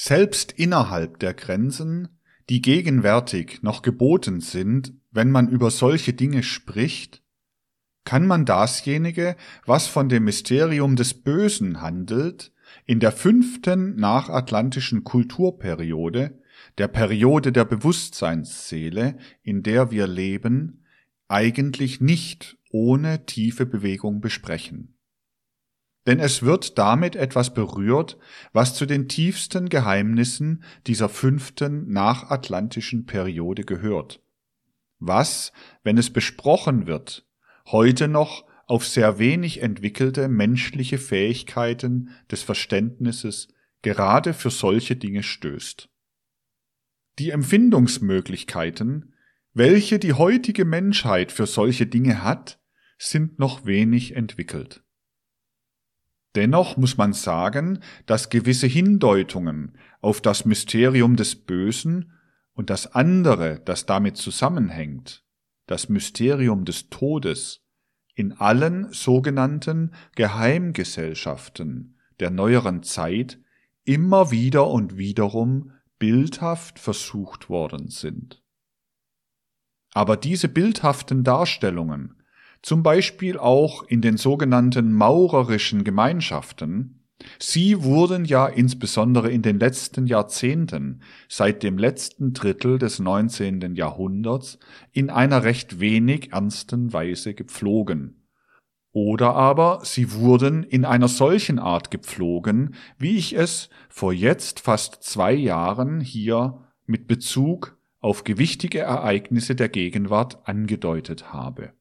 Selbst innerhalb der Grenzen, die gegenwärtig noch geboten sind, wenn man über solche Dinge spricht, kann man dasjenige, was von dem Mysterium des Bösen handelt, in der 5. nachatlantischen Kulturperiode, der Periode der Bewusstseinsseele, in der wir leben, eigentlich nicht ohne tiefe Bewegung besprechen. Denn es wird damit etwas berührt, was zu den tiefsten Geheimnissen dieser 5. nachatlantischen Periode gehört. Was, wenn es besprochen wird, heute noch auf sehr wenig entwickelte menschliche Fähigkeiten des Verständnisses gerade für solche Dinge stößt. Die Empfindungsmöglichkeiten, welche die heutige Menschheit für solche Dinge hat, sind noch wenig entwickelt. Dennoch muss man sagen, dass gewisse Hindeutungen auf das Mysterium des Bösen und das andere, das damit zusammenhängt, das Mysterium des Todes, in allen sogenannten Geheimgesellschaften der neueren Zeit immer wieder und wiederum bildhaft versucht worden sind. Aber diese bildhaften Darstellungen, zum Beispiel auch in den sogenannten maurerischen Gemeinschaften, sie wurden ja insbesondere in den letzten Jahrzehnten, seit dem letzten Drittel des 19. Jahrhunderts, in einer recht wenig ernsten Weise gepflogen. Oder aber sie wurden in einer solchen Art gepflogen, wie ich es vor jetzt fast 2 Jahren hier mit Bezug auf gewichtige Ereignisse der Gegenwart angedeutet habe.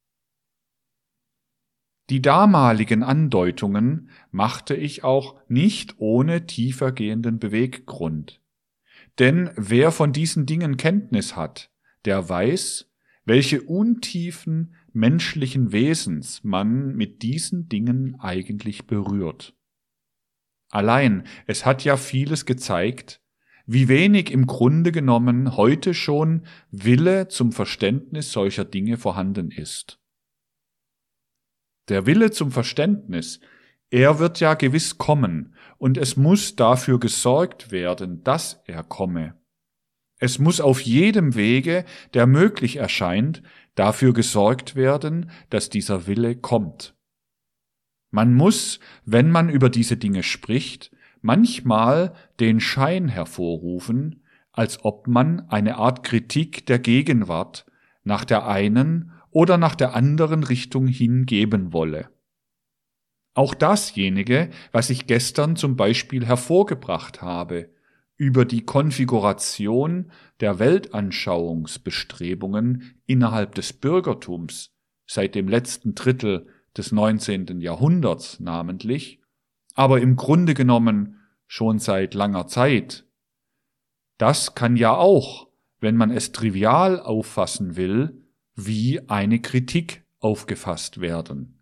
Die damaligen Andeutungen machte ich auch nicht ohne tiefergehenden Beweggrund. Denn wer von diesen Dingen Kenntnis hat, der weiß, welche untiefen menschlichen Wesens man mit diesen Dingen eigentlich berührt. Allein, es hat ja vieles gezeigt, wie wenig im Grunde genommen heute schon Wille zum Verständnis solcher Dinge vorhanden ist. Der Wille zum Verständnis, er wird ja gewiss kommen, und es muss dafür gesorgt werden, dass er komme. Es muss auf jedem Wege, der möglich erscheint, dafür gesorgt werden, dass dieser Wille kommt. Man muss, wenn man über diese Dinge spricht, manchmal den Schein hervorrufen, als ob man eine Art Kritik der Gegenwart nach der einen oder nach der anderen Richtung hingeben wolle. Auch dasjenige, was ich gestern zum Beispiel hervorgebracht habe, über die Konfiguration der Weltanschauungsbestrebungen innerhalb des Bürgertums seit dem letzten Drittel des 19. Jahrhunderts namentlich, aber im Grunde genommen schon seit langer Zeit. Das kann ja auch, wenn man es trivial auffassen will, wie eine Kritik aufgefasst werden.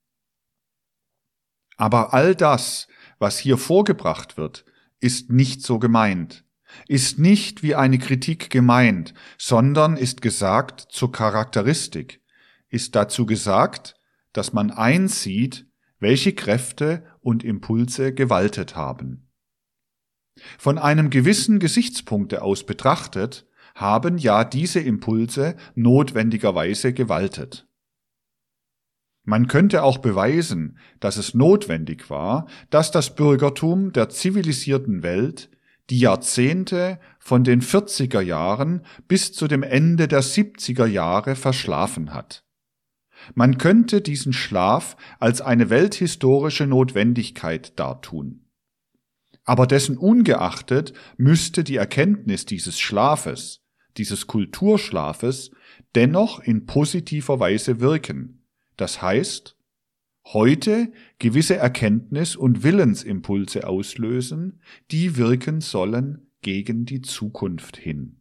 Aber all das, was hier vorgebracht wird, ist nicht so gemeint, ist nicht wie eine Kritik gemeint, sondern ist gesagt zur Charakteristik, ist dazu gesagt, dass man einsieht, welche Kräfte und Impulse gewaltet haben. Von einem gewissen Gesichtspunkte aus betrachtet, haben ja diese Impulse notwendigerweise gewaltet. Man könnte auch beweisen, dass es notwendig war, dass das Bürgertum der zivilisierten Welt die Jahrzehnte von den 40er Jahren bis zu dem Ende der 70er Jahre verschlafen hat. Man könnte diesen Schlaf als eine welthistorische Notwendigkeit dartun. Aber dessen ungeachtet müsste die Erkenntnis dieses Schlafes, dieses Kulturschlafes, dennoch in positiver Weise wirken. Das heißt, heute gewisse Erkenntnis- und Willensimpulse auslösen, die wirken sollen gegen die Zukunft hin.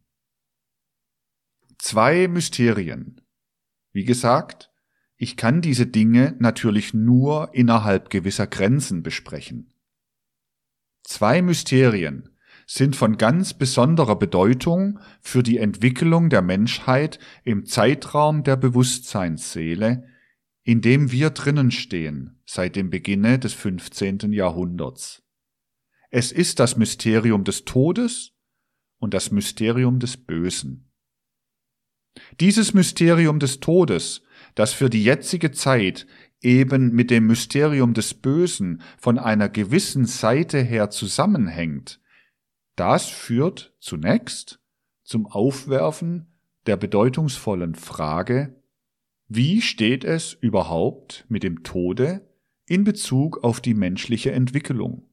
2 Mysterien. Wie gesagt, ich kann diese Dinge natürlich nur innerhalb gewisser Grenzen besprechen. 2 Mysterien sind von ganz besonderer Bedeutung für die Entwicklung der Menschheit im Zeitraum der Bewusstseinsseele, in dem wir drinnen stehen seit dem Beginne des 15. Jahrhunderts. Es ist das Mysterium des Todes und das Mysterium des Bösen. Dieses Mysterium des Todes, das für die jetzige Zeit eben mit dem Mysterium des Bösen von einer gewissen Seite her zusammenhängt, das führt zunächst zum Aufwerfen der bedeutungsvollen Frage: Wie steht es überhaupt mit dem Tode in Bezug auf die menschliche Entwicklung?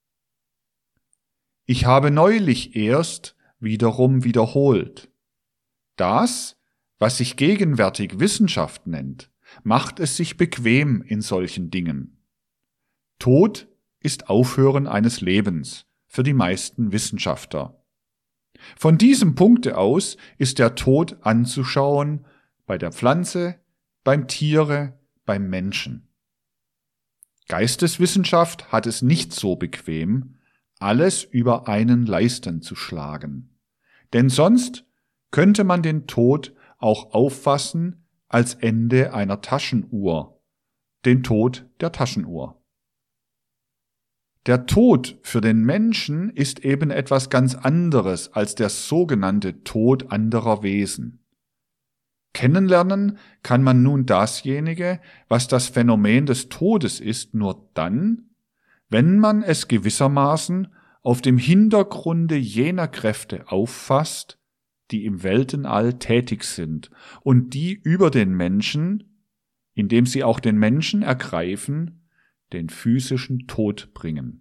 Ich habe neulich erst wiederum wiederholt: Das, was sich gegenwärtig Wissenschaft nennt, macht es sich bequem in solchen Dingen. Tod ist Aufhören eines Lebens für die meisten Wissenschaftler. Von diesem Punkte aus ist der Tod anzuschauen bei der Pflanze, beim Tiere, beim Menschen. Geisteswissenschaft hat es nicht so bequem, alles über einen Leisten zu schlagen. Denn sonst könnte man den Tod auch auffassen als Ende einer Taschenuhr, den Tod der Taschenuhr. Der Tod für den Menschen ist eben etwas ganz anderes als der sogenannte Tod anderer Wesen. Kennenlernen kann man nun dasjenige, was das Phänomen des Todes ist, nur dann, wenn man es gewissermaßen auf dem Hintergrunde jener Kräfte auffasst, die im Weltenall tätig sind und die über den Menschen, indem sie auch den Menschen ergreifen, den physischen Tod bringen.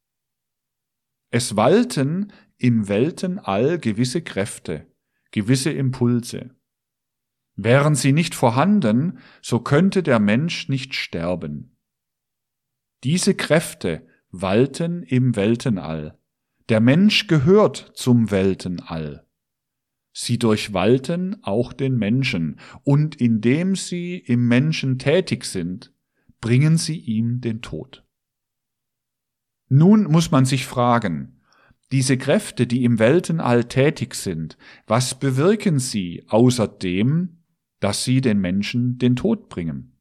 Es walten im Weltenall gewisse Kräfte, gewisse Impulse. Wären sie nicht vorhanden, so könnte der Mensch nicht sterben. Diese Kräfte walten im Weltenall. Der Mensch gehört zum Weltenall. Sie durchwalten auch den Menschen, und indem sie im Menschen tätig sind, bringen sie ihm den Tod. Nun muss man sich fragen, diese Kräfte, die im Weltenall tätig sind, was bewirken sie außer dem, dass sie den Menschen den Tod bringen?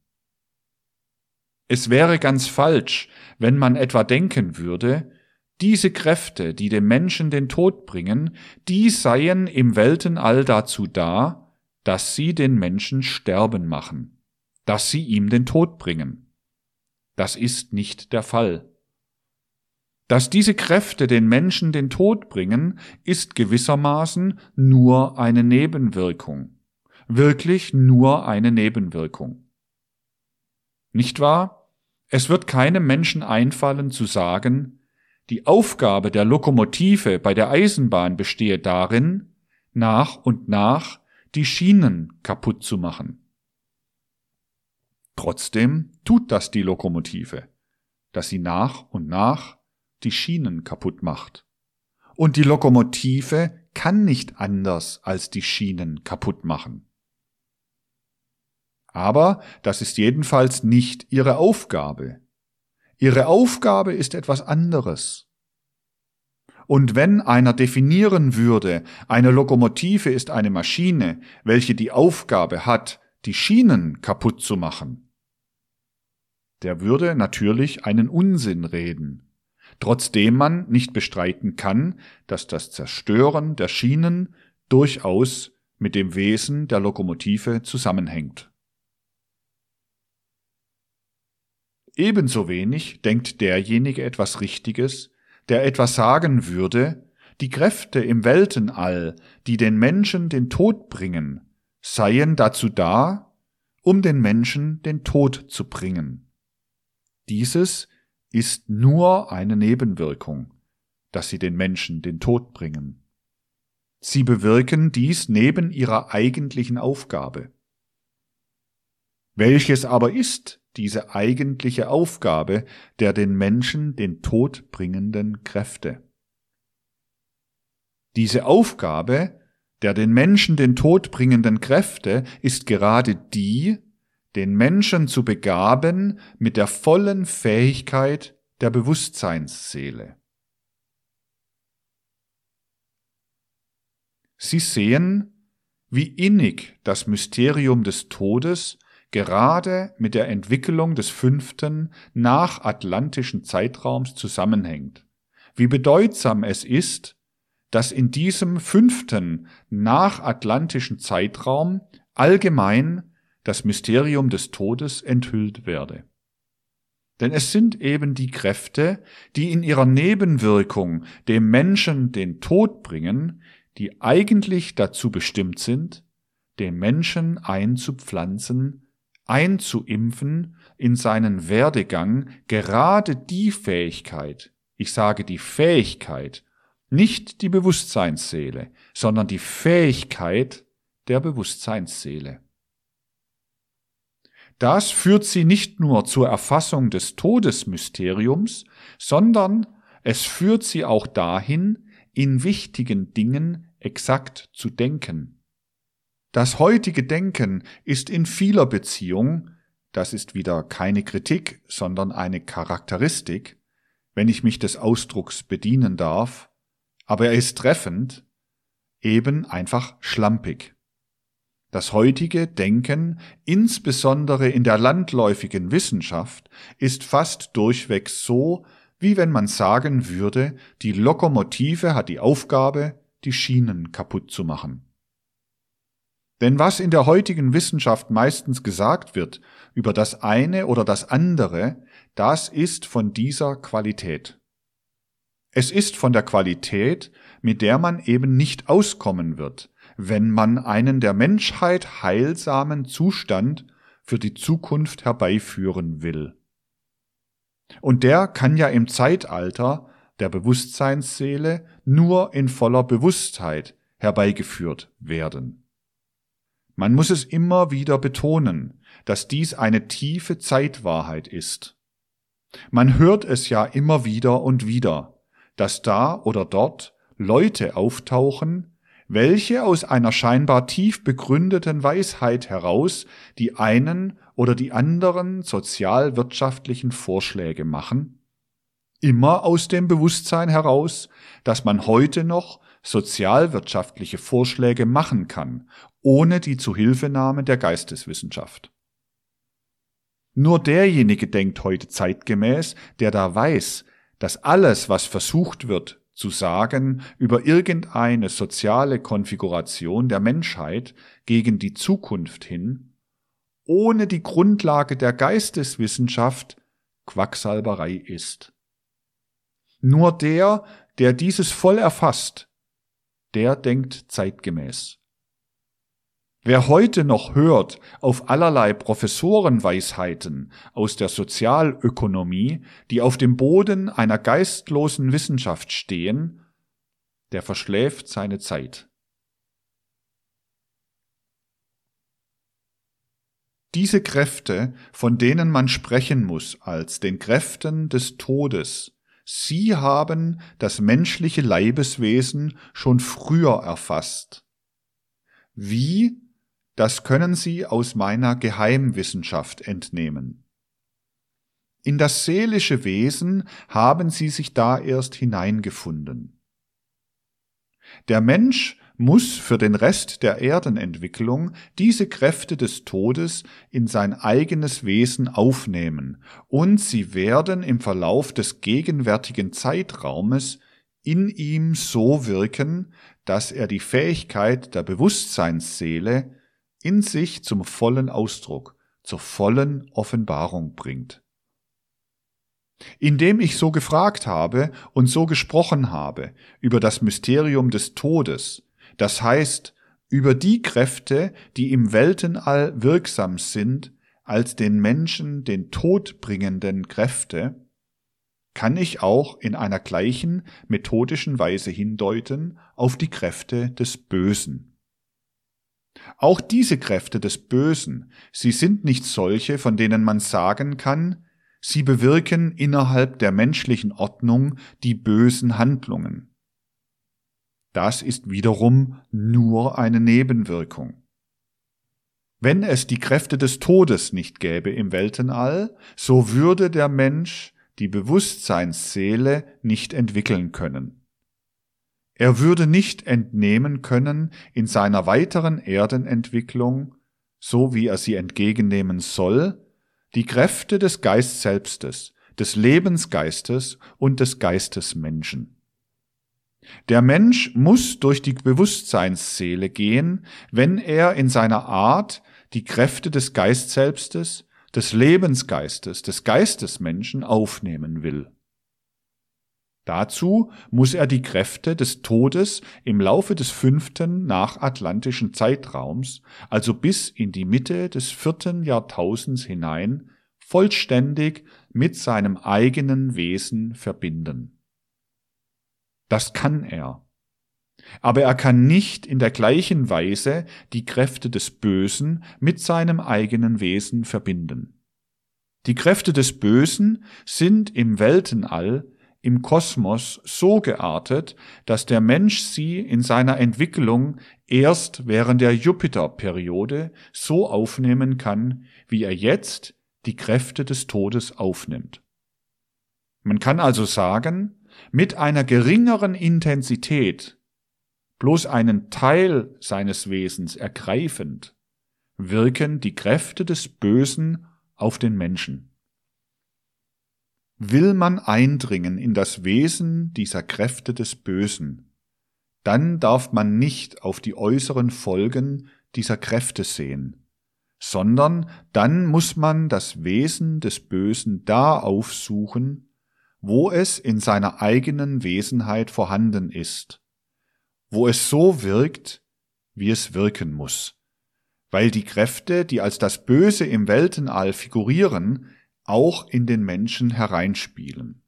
Es wäre ganz falsch, wenn man etwa denken würde, diese Kräfte, die dem Menschen den Tod bringen, die seien im Weltenall dazu da, dass sie den Menschen sterben machen, dass sie ihm den Tod bringen. Das ist nicht der Fall. Dass diese Kräfte den Menschen den Tod bringen, ist gewissermaßen nur eine Nebenwirkung. Wirklich nur eine Nebenwirkung. Nicht wahr? Es wird keinem Menschen einfallen zu sagen, die Aufgabe der Lokomotive bei der Eisenbahn bestehe darin, nach und nach die Schienen kaputt zu machen. Trotzdem tut das die Lokomotive, dass sie nach und nach die Schienen kaputt macht. Und die Lokomotive kann nicht anders als die Schienen kaputt machen. Aber das ist jedenfalls nicht ihre Aufgabe. Ihre Aufgabe ist etwas anderes. Und wenn einer definieren würde, eine Lokomotive ist eine Maschine, welche die Aufgabe hat, die Schienen kaputt zu machen, der würde natürlich einen Unsinn reden, trotzdem man nicht bestreiten kann, dass das Zerstören der Schienen durchaus mit dem Wesen der Lokomotive zusammenhängt. Ebenso wenig denkt derjenige etwas Richtiges, der etwas sagen würde, die Kräfte im Weltenall, die den Menschen den Tod bringen, seien dazu da, um den Menschen den Tod zu bringen. Dieses ist nur eine Nebenwirkung, dass sie den Menschen den Tod bringen. Sie bewirken dies neben ihrer eigentlichen Aufgabe. Welches aber ist diese eigentliche Aufgabe der den Menschen den Tod bringenden Kräfte? Diese Aufgabe der den Menschen den Tod bringenden Kräfte ist gerade die, den Menschen zu begaben mit der vollen Fähigkeit der Bewusstseinsseele. Sie sehen, wie innig das Mysterium des Todes gerade mit der Entwicklung des 5. nachatlantischen Zeitraums zusammenhängt, wie bedeutsam es ist, dass in diesem 5. nachatlantischen Zeitraum allgemein das Mysterium des Todes enthüllt werde. Denn es sind eben die Kräfte, die in ihrer Nebenwirkung dem Menschen den Tod bringen, die eigentlich dazu bestimmt sind, den Menschen einzupflanzen, einzuimpfen in seinen Werdegang gerade die Fähigkeit, ich sage die Fähigkeit, nicht die Bewusstseinsseele, sondern die Fähigkeit der Bewusstseinsseele. Das führt sie nicht nur zur Erfassung des Todesmysteriums, sondern es führt sie auch dahin, in wichtigen Dingen exakt zu denken. Das heutige Denken ist in vieler Beziehung, das ist wieder keine Kritik, sondern eine Charakteristik, wenn ich mich des Ausdrucks bedienen darf, aber er ist treffend, eben einfach schlampig. Das heutige Denken, insbesondere in der landläufigen Wissenschaft, ist fast durchweg so, wie wenn man sagen würde, die Lokomotive hat die Aufgabe, die Schienen kaputt zu machen. Denn was in der heutigen Wissenschaft meistens gesagt wird über das eine oder das andere, das ist von dieser Qualität. Es ist von der Qualität, mit der man eben nicht auskommen wird, wenn man einen der Menschheit heilsamen Zustand für die Zukunft herbeiführen will. Und der kann ja im Zeitalter der Bewusstseinsseele nur in voller Bewusstheit herbeigeführt werden. Man muss es immer wieder betonen, dass dies eine tiefe Zeitwahrheit ist. Man hört es ja immer wieder und wieder, dass da oder dort Leute auftauchen, welche aus einer scheinbar tief begründeten Weisheit heraus die einen oder die anderen sozialwirtschaftlichen Vorschläge machen, immer aus dem Bewusstsein heraus, dass man heute noch sozialwirtschaftliche Vorschläge machen kann, ohne die Zuhilfenahme der Geisteswissenschaft. Nur derjenige denkt heute zeitgemäß, der da weiß, dass alles, was versucht wird, zu sagen über irgendeine soziale Konfiguration der Menschheit gegen die Zukunft hin, ohne die Grundlage der Geisteswissenschaft Quacksalberei ist. Nur der dieses voll erfasst, der denkt zeitgemäß. Wer heute noch hört auf allerlei Professorenweisheiten aus der Sozialökonomie, die auf dem Boden einer geistlosen Wissenschaft stehen, der verschläft seine Zeit. Diese Kräfte, von denen man sprechen muss als den Kräften des Todes, sie haben das menschliche Leibeswesen schon früher erfasst. Wie? Das können Sie aus meiner Geheimwissenschaft entnehmen. In das seelische Wesen haben Sie sich da erst hineingefunden. Der Mensch muss für den Rest der Erdenentwicklung diese Kräfte des Todes in sein eigenes Wesen aufnehmen, und sie werden im Verlauf des gegenwärtigen Zeitraumes in ihm so wirken, dass er die Fähigkeit der Bewusstseinsseele in sich zum vollen Ausdruck, zur vollen Offenbarung bringt. Indem ich so gefragt habe und so gesprochen habe über das Mysterium des Todes, das heißt über die Kräfte, die im Weltenall wirksam sind, als den Menschen den Tod bringenden Kräfte, kann ich auch in einer gleichen methodischen Weise hindeuten auf die Kräfte des Bösen. Auch diese Kräfte des Bösen, sie sind nicht solche, von denen man sagen kann, sie bewirken innerhalb der menschlichen Ordnung die bösen Handlungen. Das ist wiederum nur eine Nebenwirkung. Wenn es die Kräfte des Todes nicht gäbe im Weltenall, so würde der Mensch die Bewusstseinsseele nicht entwickeln können. Er würde nicht entnehmen können in seiner weiteren Erdenentwicklung, so wie er sie entgegennehmen soll, die Kräfte des Geistselbstes, des Lebensgeistes und des Geistesmenschen. Der Mensch muss durch die Bewusstseinsseele gehen, wenn er in seiner Art die Kräfte des Geistselbstes, des Lebensgeistes, des Geistesmenschen aufnehmen will. Dazu muss er die Kräfte des Todes im Laufe des 5. nachatlantischen Zeitraums, also bis in die Mitte des 4. Jahrtausends hinein, vollständig mit seinem eigenen Wesen verbinden. Das kann er. Aber er kann nicht in der gleichen Weise die Kräfte des Bösen mit seinem eigenen Wesen verbinden. Die Kräfte des Bösen sind im Weltenall, im Kosmos so geartet, dass der Mensch sie in seiner Entwicklung erst während der Jupiterperiode so aufnehmen kann, wie er jetzt die Kräfte des Todes aufnimmt. Man kann also sagen, mit einer geringeren Intensität, bloß einen Teil seines Wesens ergreifend, wirken die Kräfte des Bösen auf den Menschen. Will man eindringen in das Wesen dieser Kräfte des Bösen, dann darf man nicht auf die äußeren Folgen dieser Kräfte sehen, sondern dann muss man das Wesen des Bösen da aufsuchen, wo es in seiner eigenen Wesenheit vorhanden ist, wo es so wirkt, wie es wirken muss, weil die Kräfte, die als das Böse im Weltenall figurieren, auch in den Menschen hereinspielen.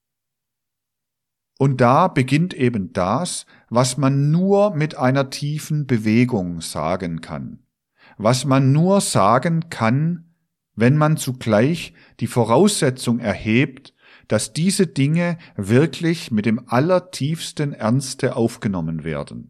Und da beginnt eben das, was man nur mit einer tiefen Bewegung sagen kann, was man nur sagen kann, wenn man zugleich die Voraussetzung erhebt, dass diese Dinge wirklich mit dem allertiefsten Ernste aufgenommen werden.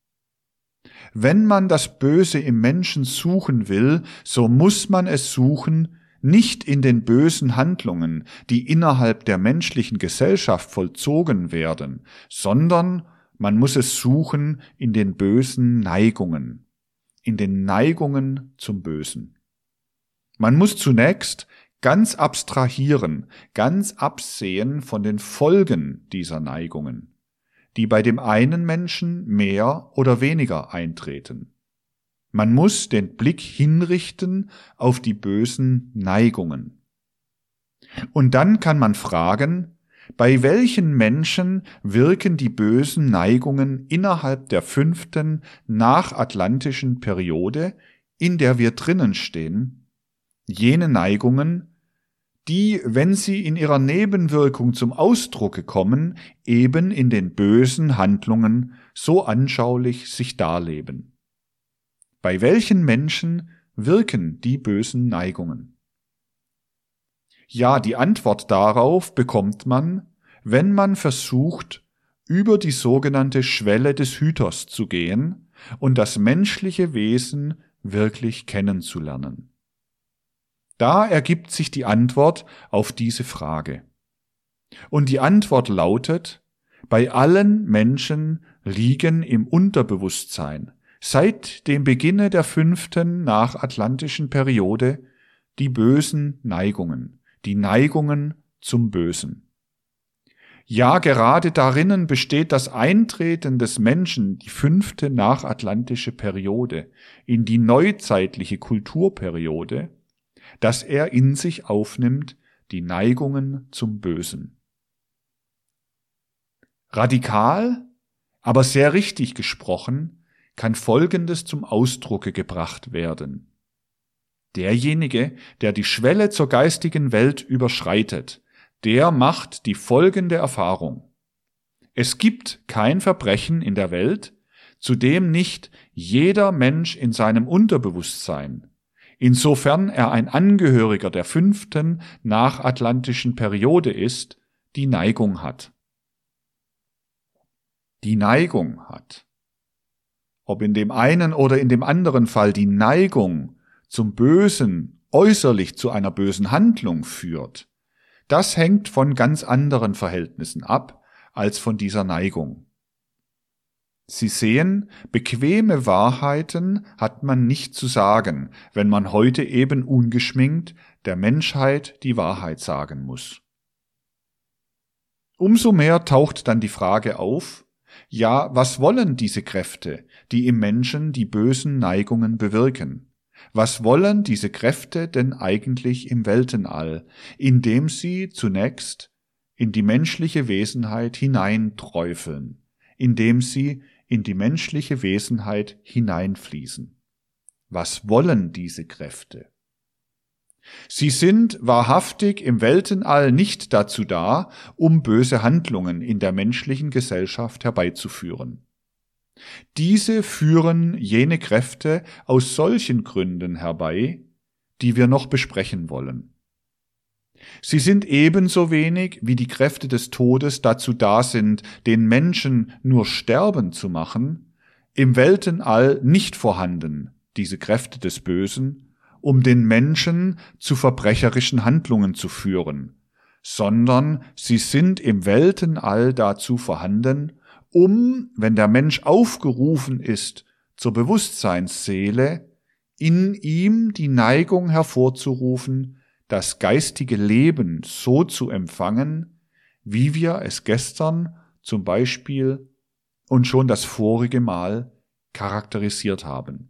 Wenn man das Böse im Menschen suchen will, so muss man es suchen, nicht in den bösen Handlungen, die innerhalb der menschlichen Gesellschaft vollzogen werden, sondern man muss es suchen in den bösen Neigungen, in den Neigungen zum Bösen. Man muss zunächst ganz abstrahieren, ganz absehen von den Folgen dieser Neigungen, die bei dem einen Menschen mehr oder weniger eintreten. Man muss den Blick hinrichten auf die bösen Neigungen. Und dann kann man fragen, bei welchen Menschen wirken die bösen Neigungen innerhalb der 5. nachatlantischen Periode, in der wir drinnen stehen, jene Neigungen, die, wenn sie in ihrer Nebenwirkung zum Ausdrucke kommen, eben in den bösen Handlungen so anschaulich sich darleben. Bei welchen Menschen wirken die bösen Neigungen? Ja, die Antwort darauf bekommt man, wenn man versucht, über die sogenannte Schwelle des Hüters zu gehen und das menschliche Wesen wirklich kennenzulernen. Da ergibt sich die Antwort auf diese Frage. Und die Antwort lautet, bei allen Menschen liegen im Unterbewusstsein seit dem Beginne der 5. nachatlantischen Periode die bösen Neigungen, die Neigungen zum Bösen. Ja, gerade darinnen besteht das Eintreten des Menschen, die 5. nachatlantische Periode, in die neuzeitliche Kulturperiode, dass er in sich aufnimmt die Neigungen zum Bösen. Radikal, aber sehr richtig gesprochen, kann Folgendes zum Ausdrucke gebracht werden. Derjenige, der die Schwelle zur geistigen Welt überschreitet, der macht die folgende Erfahrung. Es gibt kein Verbrechen in der Welt, zu dem nicht jeder Mensch in seinem Unterbewusstsein, insofern er ein Angehöriger der 5. nachatlantischen Periode ist, die Neigung hat. Die Neigung hat. Ob in dem einen oder in dem anderen Fall die Neigung zum Bösen äußerlich zu einer bösen Handlung führt, das hängt von ganz anderen Verhältnissen ab als von dieser Neigung. Sie sehen, bequeme Wahrheiten hat man nicht zu sagen, wenn man heute eben ungeschminkt der Menschheit die Wahrheit sagen muss. Umso mehr taucht dann die Frage auf, ja, was wollen diese Kräfte, die im Menschen die bösen Neigungen bewirken? Was wollen diese Kräfte denn eigentlich im Weltenall, indem sie zunächst in die menschliche Wesenheit hineinträufeln, indem sie in die menschliche Wesenheit hineinfließen? Was wollen diese Kräfte? Sie sind wahrhaftig im Weltenall nicht dazu da, um böse Handlungen in der menschlichen Gesellschaft herbeizuführen. Diese führen jene Kräfte aus solchen Gründen herbei, die wir noch besprechen wollen. Sie sind ebenso wenig wie die Kräfte des Todes dazu da sind, den Menschen nur sterben zu machen, im Weltenall nicht vorhanden, diese Kräfte des Bösen, um den Menschen zu verbrecherischen Handlungen zu führen, sondern sie sind im Weltenall dazu vorhanden, um, wenn der Mensch aufgerufen ist zur Bewusstseinsseele, in ihm die Neigung hervorzurufen, das geistige Leben so zu empfangen, wie wir es gestern zum Beispiel und schon das vorige Mal charakterisiert haben.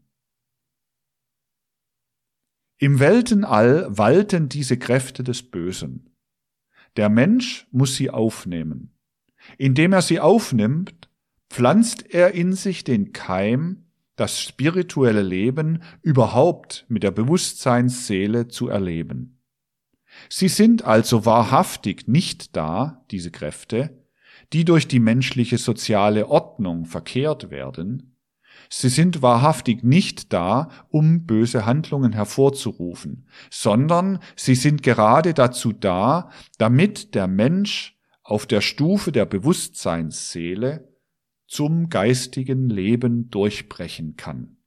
Im Weltenall walten diese Kräfte des Bösen. Der Mensch muss sie aufnehmen. Indem er sie aufnimmt, pflanzt er in sich den Keim, das spirituelle Leben überhaupt mit der Bewusstseinsseele zu erleben. Sie sind also wahrhaftig nicht da, diese Kräfte, die durch die menschliche soziale Ordnung verkehrt werden. Sie sind wahrhaftig nicht da, um böse Handlungen hervorzurufen, sondern sie sind gerade dazu da, damit der Mensch auf der Stufe der Bewusstseinsseele zum geistigen Leben durchbrechen kann.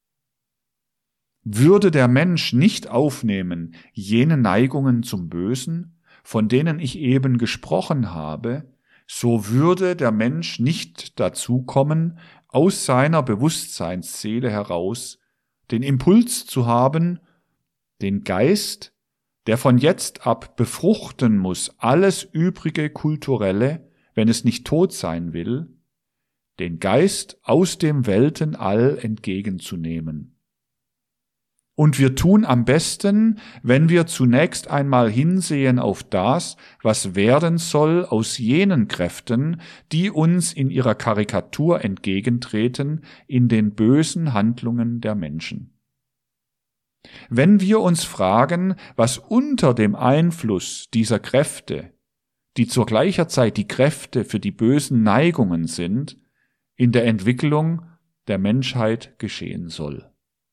Würde der Mensch nicht aufnehmen jene Neigungen zum Bösen, von denen ich eben gesprochen habe, so würde der Mensch nicht dazu kommen, aus seiner Bewusstseinsseele heraus den Impuls zu haben, den Geist, der von jetzt ab befruchten muss alles übrige Kulturelle, wenn es nicht tot sein will, den Geist aus dem Weltenall entgegenzunehmen. Und wir tun am besten, wenn wir zunächst einmal hinsehen auf das, was werden soll aus jenen Kräften, die uns in ihrer Karikatur entgegentreten, in den bösen Handlungen der Menschen. Wenn wir uns fragen, was unter dem Einfluss dieser Kräfte, die zur gleichen Zeit die Kräfte für die bösen Neigungen sind, in der Entwicklung der Menschheit geschehen soll.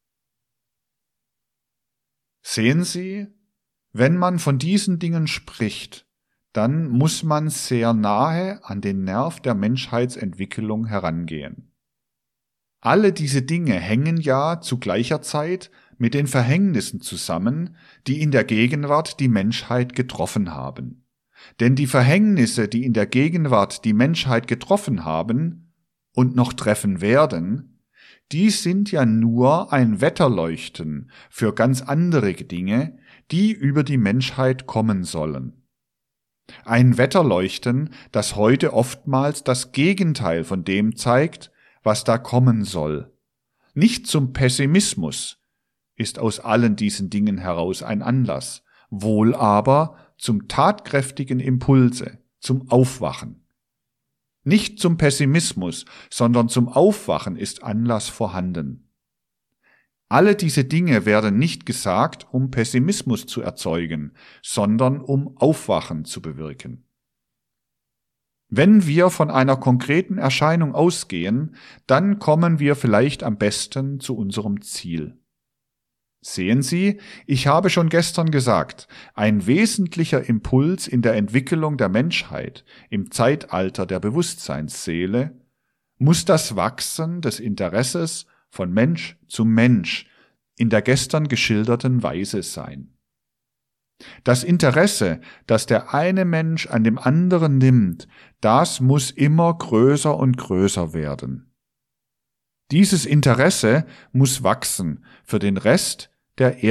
Sehen Sie, wenn man von diesen Dingen spricht, dann muss man sehr nahe an den Nerv der Menschheitsentwicklung herangehen. Alle diese Dinge hängen ja zu gleicher Zeit mit den Verhängnissen zusammen, die in der Gegenwart die Menschheit getroffen haben. Denn die Verhängnisse, die in der Gegenwart die Menschheit getroffen haben und noch treffen werden, die sind ja nur ein Wetterleuchten für ganz andere Dinge, die über die Menschheit kommen sollen. Ein Wetterleuchten, das heute oftmals das Gegenteil von dem zeigt, was da kommen soll. Nicht zum Pessimismus ist aus allen diesen Dingen heraus ein Anlass, wohl aber zum tatkräftigen Impulse, zum Aufwachen. Nicht zum Pessimismus, sondern zum Aufwachen ist Anlass vorhanden. Alle diese Dinge werden nicht gesagt, um Pessimismus zu erzeugen, sondern um Aufwachen zu bewirken. Wenn wir von einer konkreten Erscheinung ausgehen, dann kommen wir vielleicht am besten zu unserem Ziel. Sehen Sie, ich habe schon gestern gesagt, ein wesentlicher Impuls in der Entwicklung der Menschheit im Zeitalter der Bewusstseinsseele muss das Wachsen des Interesses von Mensch zu Mensch in der gestern geschilderten Weise sein. Das Interesse, das der eine Mensch an dem anderen nimmt, das muss immer größer und größer werden. Dieses Interesse muss wachsen für den Rest der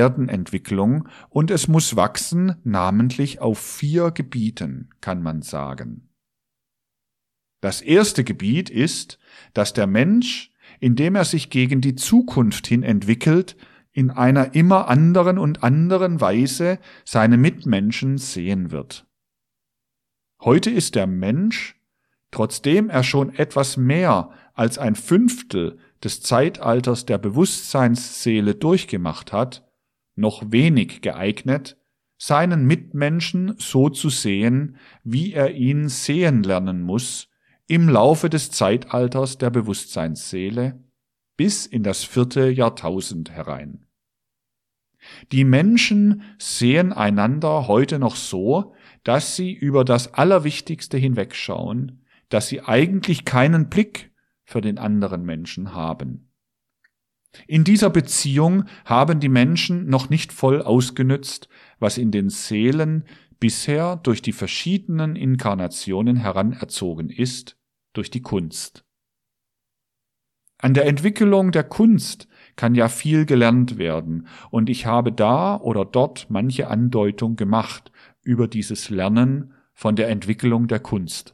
Erdenentwicklung und es muss wachsen namentlich auf 4 Gebieten, kann man sagen. Das erste Gebiet ist, dass der Mensch, indem er sich gegen die Zukunft hin entwickelt, in einer immer anderen Weise seine Mitmenschen sehen wird. Heute ist der Mensch, trotzdem er schon etwas mehr als 1/5 des Zeitalters der Bewusstseinsseele durchgemacht hat, noch wenig geeignet, seinen Mitmenschen so zu sehen, wie er ihn sehen lernen muss, im Laufe des Zeitalters der Bewusstseinsseele bis in das 4. Jahrtausend herein. Die Menschen sehen einander heute noch so, dass sie über das Allerwichtigste hinwegschauen, dass sie eigentlich keinen Blick für den anderen Menschen haben. In dieser Beziehung haben die Menschen noch nicht voll ausgenützt, was in den Seelen bisher durch die verschiedenen Inkarnationen heranerzogen ist, durch die Kunst. An der Entwicklung der Kunst kann ja viel gelernt werden, und ich habe da oder dort manche Andeutung gemacht über dieses Lernen von der Entwicklung der Kunst.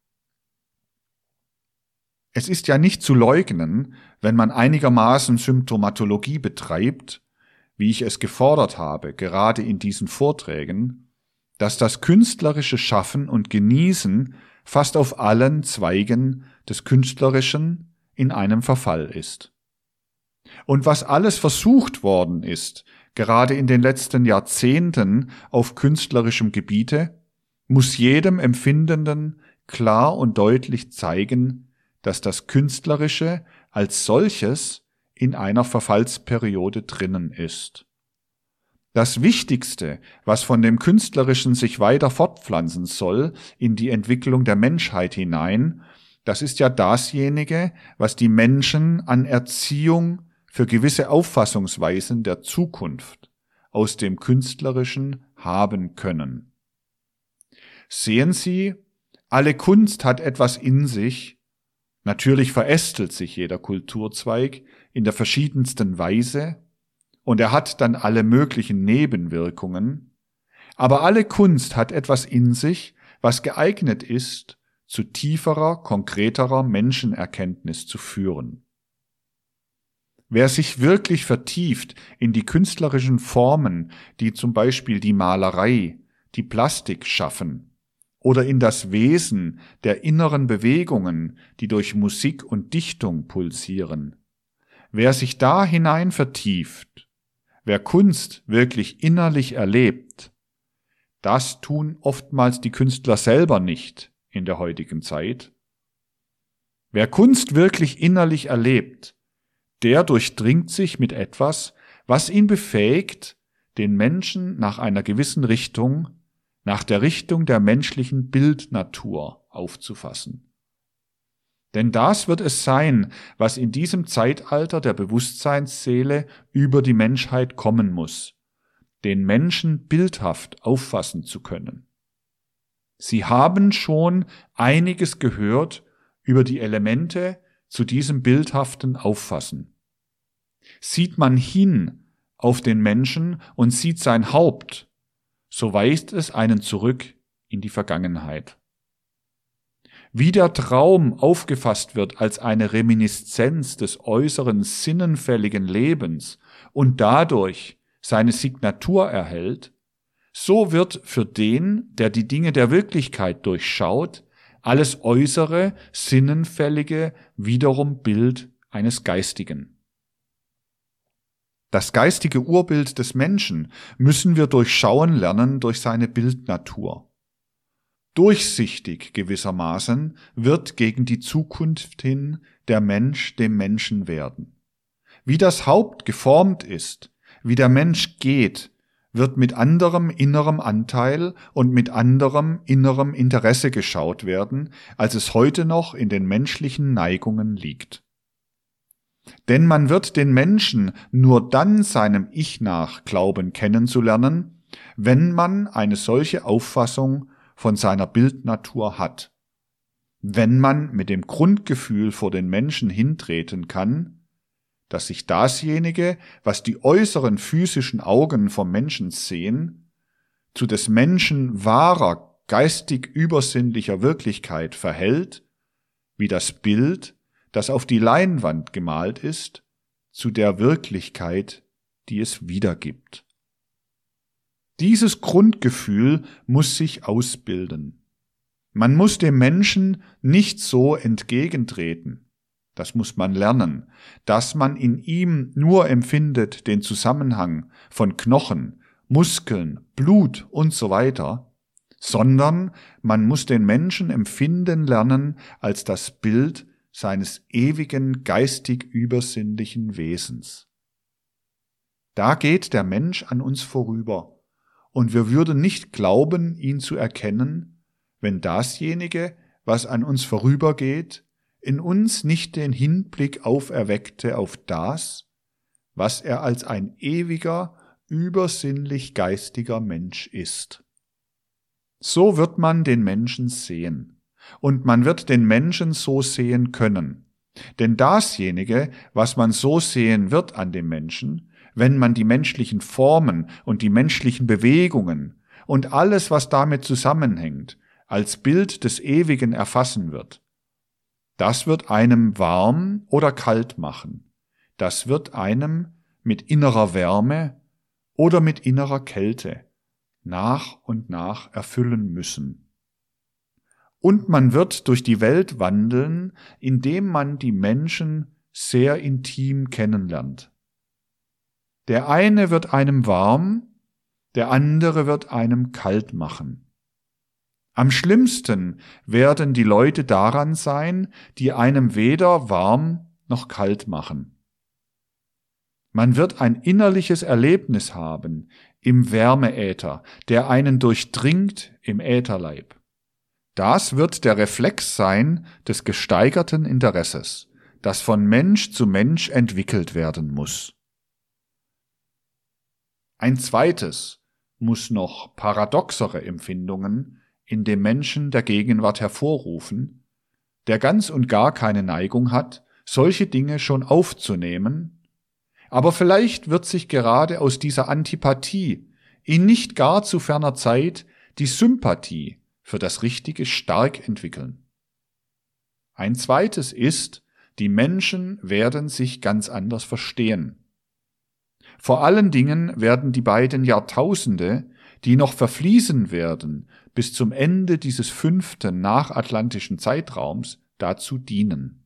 Es ist ja nicht zu leugnen, wenn man einigermaßen Symptomatologie betreibt, wie ich es gefordert habe, gerade in diesen Vorträgen, dass das künstlerische Schaffen und Genießen fast auf allen Zweigen des Künstlerischen in einem Verfall ist. Und was alles versucht worden ist, gerade in den letzten Jahrzehnten auf künstlerischem Gebiete, muss jedem Empfindenden klar und deutlich zeigen, dass das Künstlerische als solches in einer Verfallsperiode drinnen ist. Das Wichtigste, was von dem Künstlerischen sich weiter fortpflanzen soll in die Entwicklung der Menschheit hinein, das ist ja dasjenige, was die Menschen an Erziehung für gewisse Auffassungsweisen der Zukunft aus dem Künstlerischen haben können. Sehen Sie, alle Kunst hat etwas in sich. Natürlich verästelt sich jeder Kulturzweig in der verschiedensten Weise und er hat dann alle möglichen Nebenwirkungen, aber alle Kunst hat etwas in sich, was geeignet ist, zu tieferer, konkreterer Menschenerkenntnis zu führen. Wer sich wirklich vertieft in die künstlerischen Formen, die zum Beispiel die Malerei, die Plastik schaffen, oder in das Wesen der inneren Bewegungen, die durch Musik und Dichtung pulsieren, wer sich da hinein vertieft, wer Kunst wirklich innerlich erlebt, das tun oftmals die Künstler selber nicht in der heutigen Zeit. Wer Kunst wirklich innerlich erlebt, der durchdringt sich mit etwas, was ihn befähigt, den Menschen nach einer gewissen Richtung, nach der Richtung der menschlichen Bildnatur aufzufassen. Denn das wird es sein, was in diesem Zeitalter der Bewusstseinsseele über die Menschheit kommen muss, den Menschen bildhaft auffassen zu können. Sie haben schon einiges gehört über die Elemente zu diesem bildhaften Auffassen. Sieht man hin auf den Menschen und sieht sein Haupt, so weist es einen zurück in die Vergangenheit. Wie der Traum aufgefasst wird als eine Reminiszenz des äußeren sinnenfälligen Lebens und dadurch seine Signatur erhält, so wird für den, der die Dinge der Wirklichkeit durchschaut, alles äußere, sinnenfällige wiederum Bild eines Geistigen. Das geistige Urbild des Menschen müssen wir durchschauen lernen durch seine Bildnatur. Durchsichtig gewissermaßen wird gegen die Zukunft hin der Mensch dem Menschen werden. Wie das Haupt geformt ist, wie der Mensch geht, wird mit anderem innerem Anteil und mit anderem innerem Interesse geschaut werden, als es heute noch in den menschlichen Neigungen liegt. Denn man wird den Menschen nur dann seinem Ich nach glauben kennenzulernen, wenn man eine solche Auffassung von seiner Bildnatur hat. Wenn man mit dem Grundgefühl vor den Menschen hintreten kann, dass sich dasjenige, was die äußeren physischen Augen vom Menschen sehen, zu des Menschen wahrer, geistig übersinnlicher Wirklichkeit verhält wie das Bild, das auf die Leinwand gemalt ist, zu der Wirklichkeit, die es wiedergibt. Dieses Grundgefühl muss sich ausbilden. Man muss dem Menschen nicht so entgegentreten. Das muss man lernen, dass man in ihm nur empfindet den Zusammenhang von Knochen, Muskeln, Blut und so weiter, sondern man muss den Menschen empfinden lernen als das Bild seines ewigen geistig übersinnlichen Wesens. Da geht der Mensch an uns vorüber, und wir würden nicht glauben, ihn zu erkennen, wenn dasjenige, was an uns vorübergeht, in uns nicht den Hinblick auferweckte auf das, was er als ein ewiger, übersinnlich geistiger Mensch ist. So wird man den Menschen sehen, und man wird den Menschen so sehen können. Denn dasjenige, was man so sehen wird an dem Menschen, wenn man die menschlichen Formen und die menschlichen Bewegungen und alles, was damit zusammenhängt, als Bild des Ewigen erfassen wird, das wird einem warm oder kalt machen. Das wird einem mit innerer Wärme oder mit innerer Kälte nach und nach erfüllen müssen. Und man wird durch die Welt wandeln, indem man die Menschen sehr intim kennenlernt. Der eine wird einem warm, der andere wird einem kalt machen. Am schlimmsten werden die Leute daran sein, die einem weder warm noch kalt machen. Man wird ein innerliches Erlebnis haben im Wärmeäther, der einen durchdringt im Ätherleib. Das wird der Reflex sein des gesteigerten Interesses, das von Mensch zu Mensch entwickelt werden muss. Ein zweites muss noch paradoxere Empfindungen in dem Menschen der Gegenwart hervorrufen, der ganz und gar keine Neigung hat, solche Dinge schon aufzunehmen, aber vielleicht wird sich gerade aus dieser Antipathie in nicht gar zu ferner Zeit die Sympathie für das Richtige stark entwickeln. Ein zweites ist, die Menschen werden sich ganz anders verstehen. Vor allen Dingen werden die beiden Jahrtausende, die noch verfließen werden, bis zum Ende dieses 5. nachatlantischen Zeitraums dazu dienen.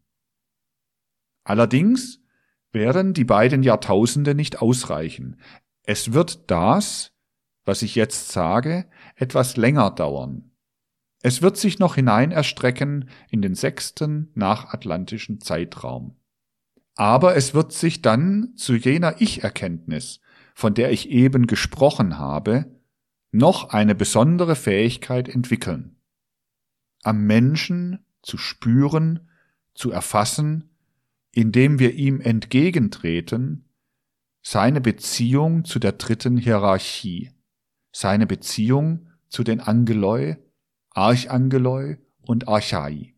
Allerdings werden die beiden Jahrtausende nicht ausreichen. Es wird das, was ich jetzt sage, etwas länger dauern. Es wird sich noch hinein erstrecken in den 6. nachatlantischen Zeitraum. Aber es wird sich dann zu jener Ich-Erkenntnis, von der ich eben gesprochen habe, noch eine besondere Fähigkeit entwickeln. Am Menschen zu spüren, zu erfassen, indem wir ihm entgegentreten, seine Beziehung zu der 3. Hierarchie, seine Beziehung zu den Angeloi, Archangeloi und Archai.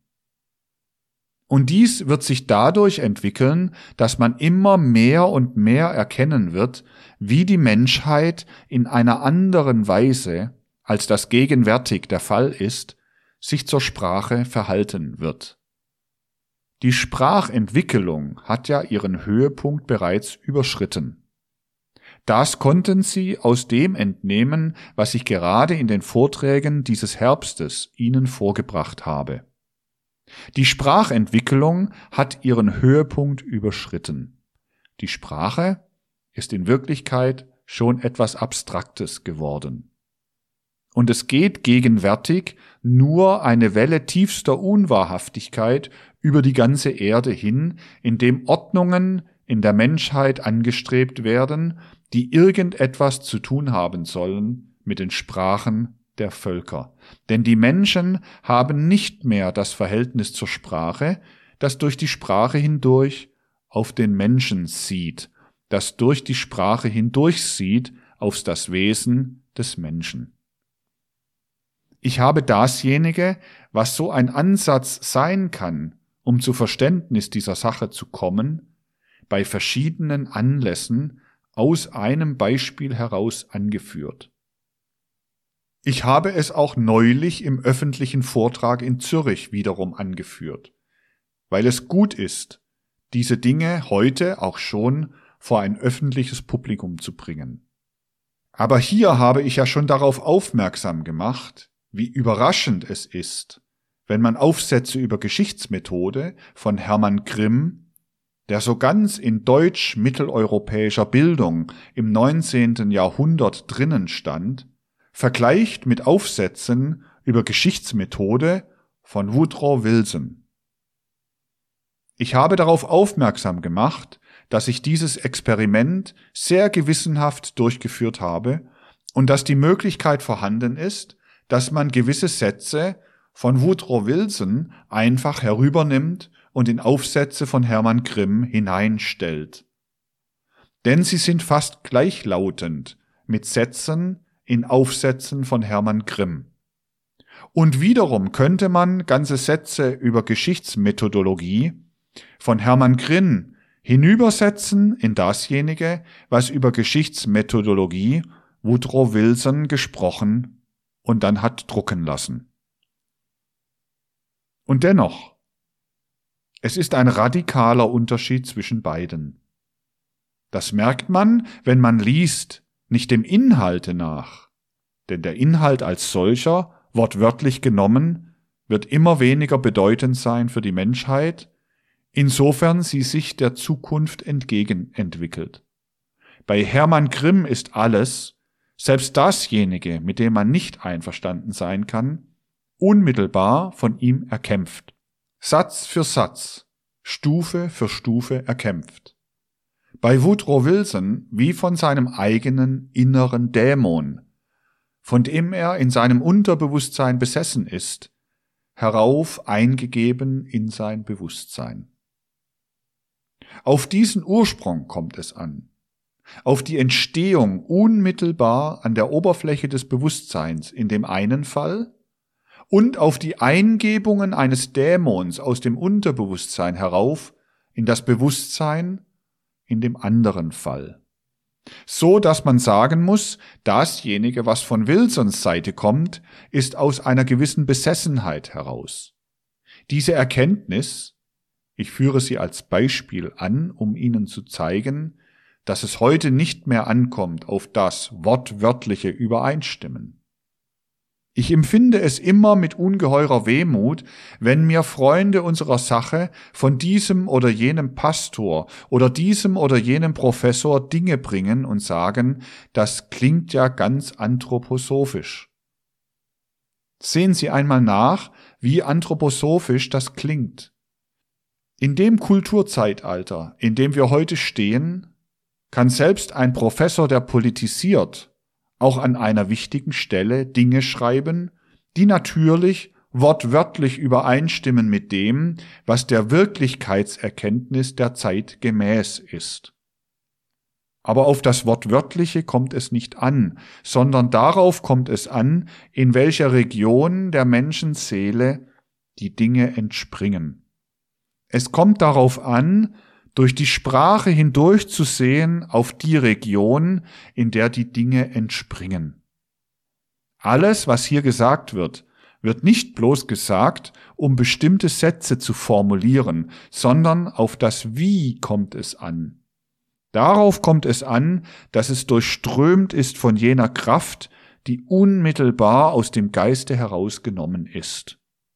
Und dies wird sich dadurch entwickeln, dass man immer mehr und mehr erkennen wird, wie die Menschheit in einer anderen Weise, als das gegenwärtig der Fall ist, sich zur Sprache verhalten wird. Die Sprachentwicklung hat ja ihren Höhepunkt bereits überschritten. Das konnten Sie aus dem entnehmen, was ich gerade in den Vorträgen dieses Herbstes Ihnen vorgebracht habe. Die Sprachentwicklung hat ihren Höhepunkt überschritten. Die Sprache ist in Wirklichkeit schon etwas Abstraktes geworden. Und es geht gegenwärtig nur eine Welle tiefster Unwahrhaftigkeit über die ganze Erde hin, indem Ordnungen in der Menschheit angestrebt werden, die irgendetwas zu tun haben sollen mit den Sprachen der Völker. Denn die Menschen haben nicht mehr das Verhältnis zur Sprache, das durch die Sprache hindurch auf den Menschen sieht, das durch die Sprache hindurch sieht auf das Wesen des Menschen. Ich habe dasjenige, was so ein Ansatz sein kann, um zu Verständnis dieser Sache zu kommen, bei verschiedenen Anlässen aus einem Beispiel heraus angeführt. Ich habe es auch neulich im öffentlichen Vortrag in Zürich wiederum angeführt. weil es gut ist, diese Dinge heute auch schon vor ein öffentliches Publikum zu bringen. Aber hier habe ich ja schon darauf aufmerksam gemacht, wie überraschend es ist, wenn man Aufsätze über Geschichtsmethode von Hermann Grimm, der so ganz in deutsch-mitteleuropäischer Bildung im 19. Jahrhundert drinnen stand, vergleicht mit Aufsätzen über Geschichtsmethode von Woodrow Wilson. Ich habe darauf aufmerksam gemacht, dass ich dieses Experiment sehr gewissenhaft durchgeführt habe und dass die Möglichkeit vorhanden ist, dass man gewisse Sätze von Woodrow Wilson einfach herübernimmt und in Aufsätze von Hermann Grimm hineinstellt. Denn sie sind fast gleichlautend mit Sätzen in Aufsätzen von Hermann Grimm. Und wiederum könnte man ganze Sätze über Geschichtsmethodologie von Hermann Grimm hinübersetzen in dasjenige, was über Geschichtsmethodologie Woodrow Wilson gesprochen und dann hat drucken lassen. Und dennoch, es ist ein radikaler Unterschied zwischen beiden. Das merkt man, wenn man liest, nicht dem Inhalte nach, denn der Inhalt als solcher, wortwörtlich genommen, wird immer weniger bedeutend sein für die Menschheit, insofern sie sich der Zukunft entgegenentwickelt. Bei Hermann Grimm ist alles, selbst dasjenige, mit dem man nicht einverstanden sein kann, unmittelbar von ihm erkämpft. Satz für Satz, Stufe für Stufe erkämpft. Bei Woodrow Wilson wie von seinem eigenen inneren Dämon, von dem er in seinem Unterbewusstsein besessen ist, herauf eingegeben in sein Bewusstsein. Auf diesen Ursprung kommt es an, auf die Entstehung unmittelbar an der Oberfläche des Bewusstseins in dem einen Fall und auf die Eingebungen eines Dämons aus dem Unterbewusstsein herauf in das Bewusstsein in dem anderen Fall. So dass man sagen muss, dasjenige, was von Wilsons Seite kommt, ist aus einer gewissen Besessenheit heraus. Diese Erkenntnis, ich führe sie als Beispiel an, um Ihnen zu zeigen, dass es heute nicht mehr ankommt auf das wortwörtliche Übereinstimmen. Ich empfinde es immer mit ungeheurer Wehmut, wenn mir Freunde unserer Sache von diesem oder jenem Pastor oder diesem oder jenem Professor Dinge bringen und sagen, das klingt ja ganz anthroposophisch. Sehen Sie einmal nach, wie anthroposophisch das klingt. In dem Kulturzeitalter, in dem wir heute stehen, kann selbst ein Professor, der politisiert, auch an einer wichtigen Stelle Dinge schreiben, die natürlich wortwörtlich übereinstimmen mit dem, was der Wirklichkeitserkenntnis der Zeit gemäß ist. Aber auf das Wortwörtliche kommt es nicht an, sondern darauf kommt es an, in welcher Region der Menschenseele die Dinge entspringen. Es kommt darauf an, durch die Sprache hindurchzusehen auf die Region, in der die Dinge entspringen. Alles, was hier gesagt wird, wird nicht bloß gesagt, um bestimmte Sätze zu formulieren, sondern auf das Wie kommt es an. Darauf kommt es an, dass es durchströmt ist von jener Kraft, die unmittelbar aus dem Geiste herausgenommen ist.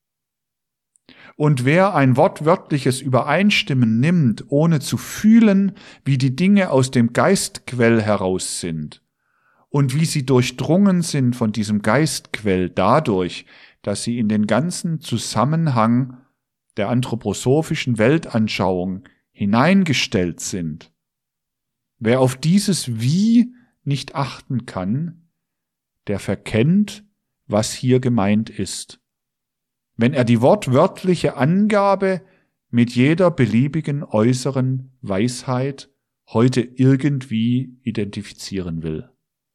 Und wer ein wortwörtliches Übereinstimmen nimmt, ohne zu fühlen, wie die Dinge aus dem Geistquell heraus sind und wie sie durchdrungen sind von diesem Geistquell dadurch, dass sie in den ganzen Zusammenhang der anthroposophischen Weltanschauung hineingestellt sind, wer auf dieses Wie nicht achten kann, der verkennt, was hier gemeint ist. Wenn er die wortwörtliche Angabe mit jeder beliebigen äußeren Weisheit heute irgendwie identifizieren will.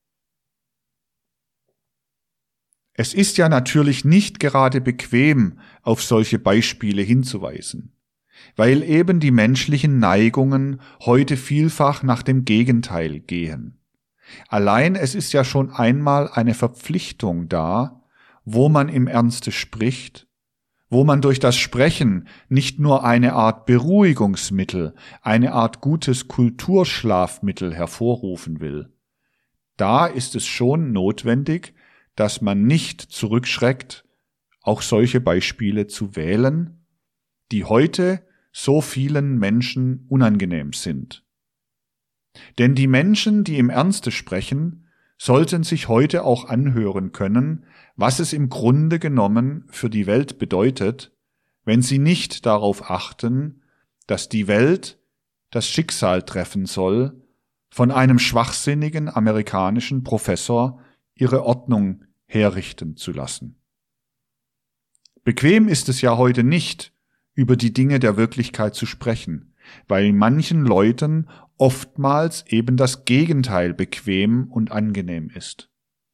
Es ist ja natürlich nicht gerade bequem, auf solche Beispiele hinzuweisen, weil eben die menschlichen Neigungen heute vielfach nach dem Gegenteil gehen. Allein es ist ja schon einmal eine Verpflichtung da, wo man im Ernste spricht, wo man durch das Sprechen nicht nur eine Art Beruhigungsmittel, eine Art gutes Kulturschlafmittel hervorrufen will. Da ist es schon notwendig, dass man nicht zurückschreckt, auch solche Beispiele zu wählen, die heute so vielen Menschen unangenehm sind. Denn die Menschen, die im Ernste sprechen, sollten sich heute auch anhören können, was es im Grunde genommen für die Welt bedeutet, wenn sie nicht darauf achten, dass die Welt das Schicksal treffen soll, von einem schwachsinnigen amerikanischen Professor ihre Ordnung herrichten zu lassen. Bequem ist es ja heute nicht, über die Dinge der Wirklichkeit zu sprechen, weil manchen Leuten oftmals eben das Gegenteil bequem und angenehm ist.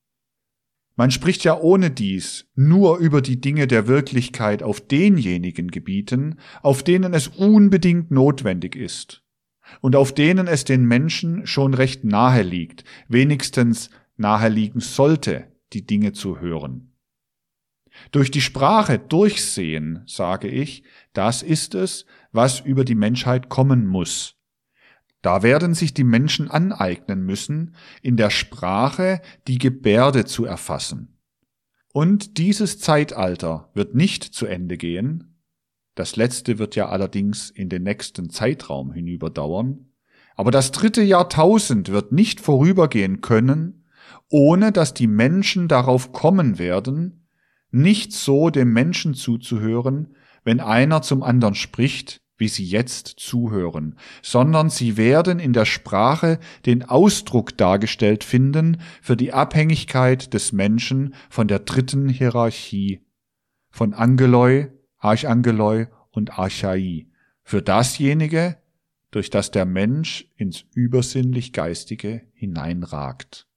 Man spricht ja ohne dies nur über die Dinge der Wirklichkeit auf denjenigen Gebieten, auf denen es unbedingt notwendig ist und auf denen es den Menschen schon recht nahe liegt, wenigstens nahe liegen sollte, die Dinge zu hören. Durch die Sprache durchsehen, sage ich, das ist es, was über die Menschheit kommen muss. Da werden sich die Menschen aneignen müssen, in der Sprache die Gebärde zu erfassen. Und dieses Zeitalter wird nicht zu Ende gehen, das letzte wird ja allerdings in den nächsten Zeitraum hinüberdauern, aber das 3. Jahrtausend wird nicht vorübergehen können, ohne dass die Menschen darauf kommen werden, nicht so dem Menschen zuzuhören, wenn einer zum anderen spricht, wie sie jetzt zuhören, sondern sie werden in der Sprache den Ausdruck dargestellt finden für die Abhängigkeit des Menschen von der 3. Hierarchie, von Angeloi, Archangeloi und Archai, für dasjenige, durch das der Mensch ins Übersinnlich-Geistige hineinragt.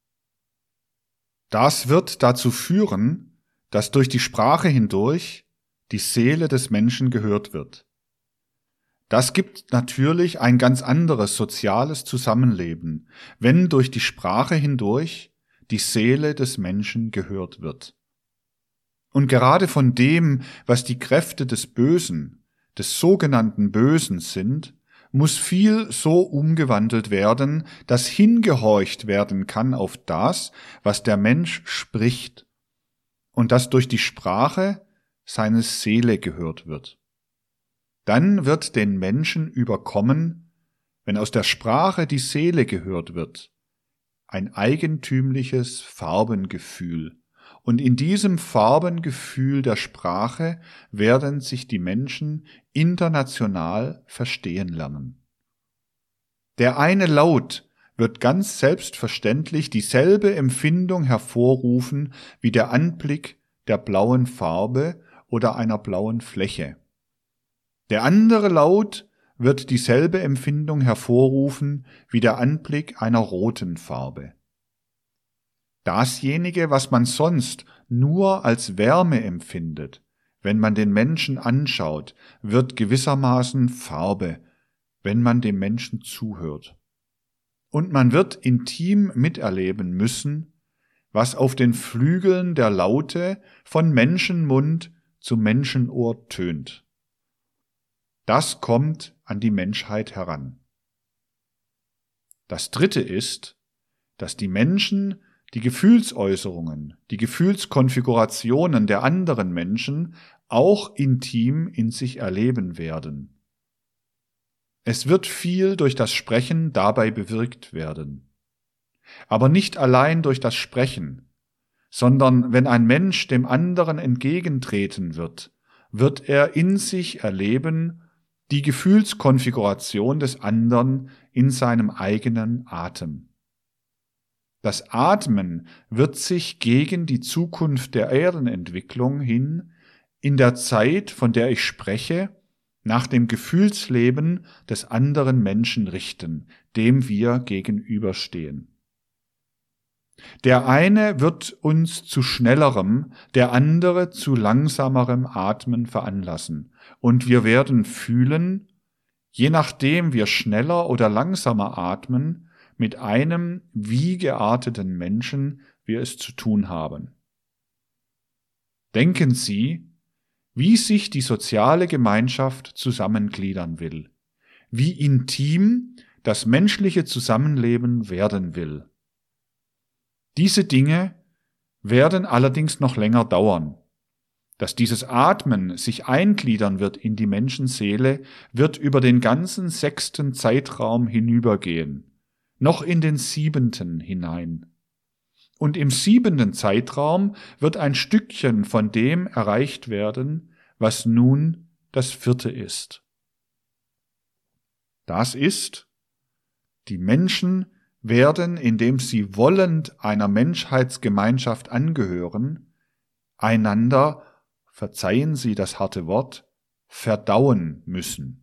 Das wird dazu führen, dass durch die Sprache hindurch die Seele des Menschen gehört wird. Das gibt natürlich ein ganz anderes soziales Zusammenleben, wenn durch die Sprache hindurch die Seele des Menschen gehört wird. Und gerade von dem, was die Kräfte des Bösen, des sogenannten Bösen sind, muss viel so umgewandelt werden, dass hingehorcht werden kann auf das, was der Mensch spricht, und dass durch die Sprache seine Seele gehört wird. Dann wird den Menschen überkommen, wenn aus der Sprache die Seele gehört wird, ein eigentümliches Farbengefühl. Und in diesem Farbengefühl der Sprache werden sich die Menschen international verstehen lernen. Der eine Laut wird ganz selbstverständlich dieselbe Empfindung hervorrufen wie der Anblick der blauen Farbe oder einer blauen Fläche. Der andere Laut wird dieselbe Empfindung hervorrufen wie der Anblick einer roten Farbe. Dasjenige, was man sonst nur als Wärme empfindet, wenn man den Menschen anschaut, wird gewissermaßen Farbe, wenn man dem Menschen zuhört. Und man wird intim miterleben müssen, was auf den Flügeln der Laute von Menschenmund zu Menschenohr tönt. Das kommt an die Menschheit heran. Das 3. ist, dass die Menschen die Gefühlsäußerungen, die Gefühlskonfigurationen der anderen Menschen auch intim in sich erleben werden. Es wird viel durch das Sprechen dabei bewirkt werden. Aber nicht allein durch das Sprechen, sondern wenn ein Mensch dem anderen entgegentreten wird, wird er in sich erleben die Gefühlskonfiguration des anderen in seinem eigenen Atem. Das Atmen wird sich gegen die Zukunft der Erdenentwicklung hin in der Zeit, von der ich spreche, nach dem Gefühlsleben des anderen Menschen richten, dem wir gegenüberstehen. Der eine wird uns zu schnellerem, der andere zu langsamerem Atmen veranlassen, und wir werden fühlen, je nachdem wir schneller oder langsamer atmen, mit einem wie gearteten Menschen wir es zu tun haben. Denken Sie, wie sich die soziale Gemeinschaft zusammengliedern will, wie intim das menschliche Zusammenleben werden will. Diese Dinge werden allerdings noch länger dauern. Dass dieses Atmen sich eingliedern wird in die Menschenseele, wird über den ganzen 6. Zeitraum hinübergehen, noch in den 7. hinein. Und im 7. Zeitraum wird ein Stückchen von dem erreicht werden, was nun das 4. ist. Das ist, die Menschen werden, indem sie wollend einer Menschheitsgemeinschaft angehören, einander, verzeihen Sie das harte Wort, verdauen müssen.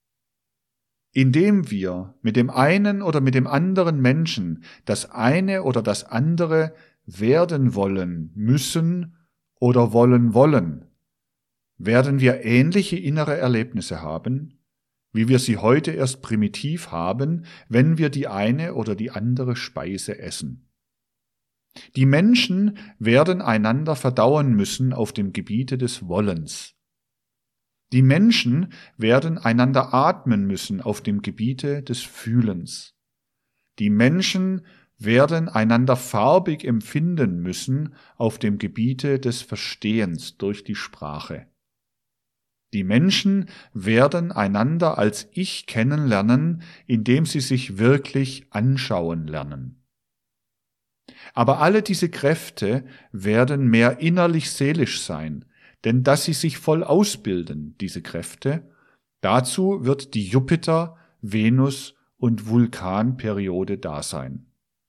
Indem wir mit dem einen oder mit dem anderen Menschen das eine oder das andere werden wollen müssen oder wollen, werden wir ähnliche innere Erlebnisse haben, wie wir sie heute erst primitiv haben, wenn wir die eine oder die andere Speise essen. Die Menschen werden einander verdauen müssen auf dem Gebiete des Wollens. Die Menschen werden einander atmen müssen auf dem Gebiete des Fühlens. Die Menschen werden einander farbig empfinden müssen auf dem Gebiete des Verstehens durch die Sprache. Die Menschen werden einander als Ich kennenlernen, indem sie sich wirklich anschauen lernen. Aber alle diese Kräfte werden mehr innerlich-seelisch sein, denn dass sie sich voll ausbilden, diese Kräfte, dazu wird die Jupiter-, Venus- und Vulkanperiode da sein.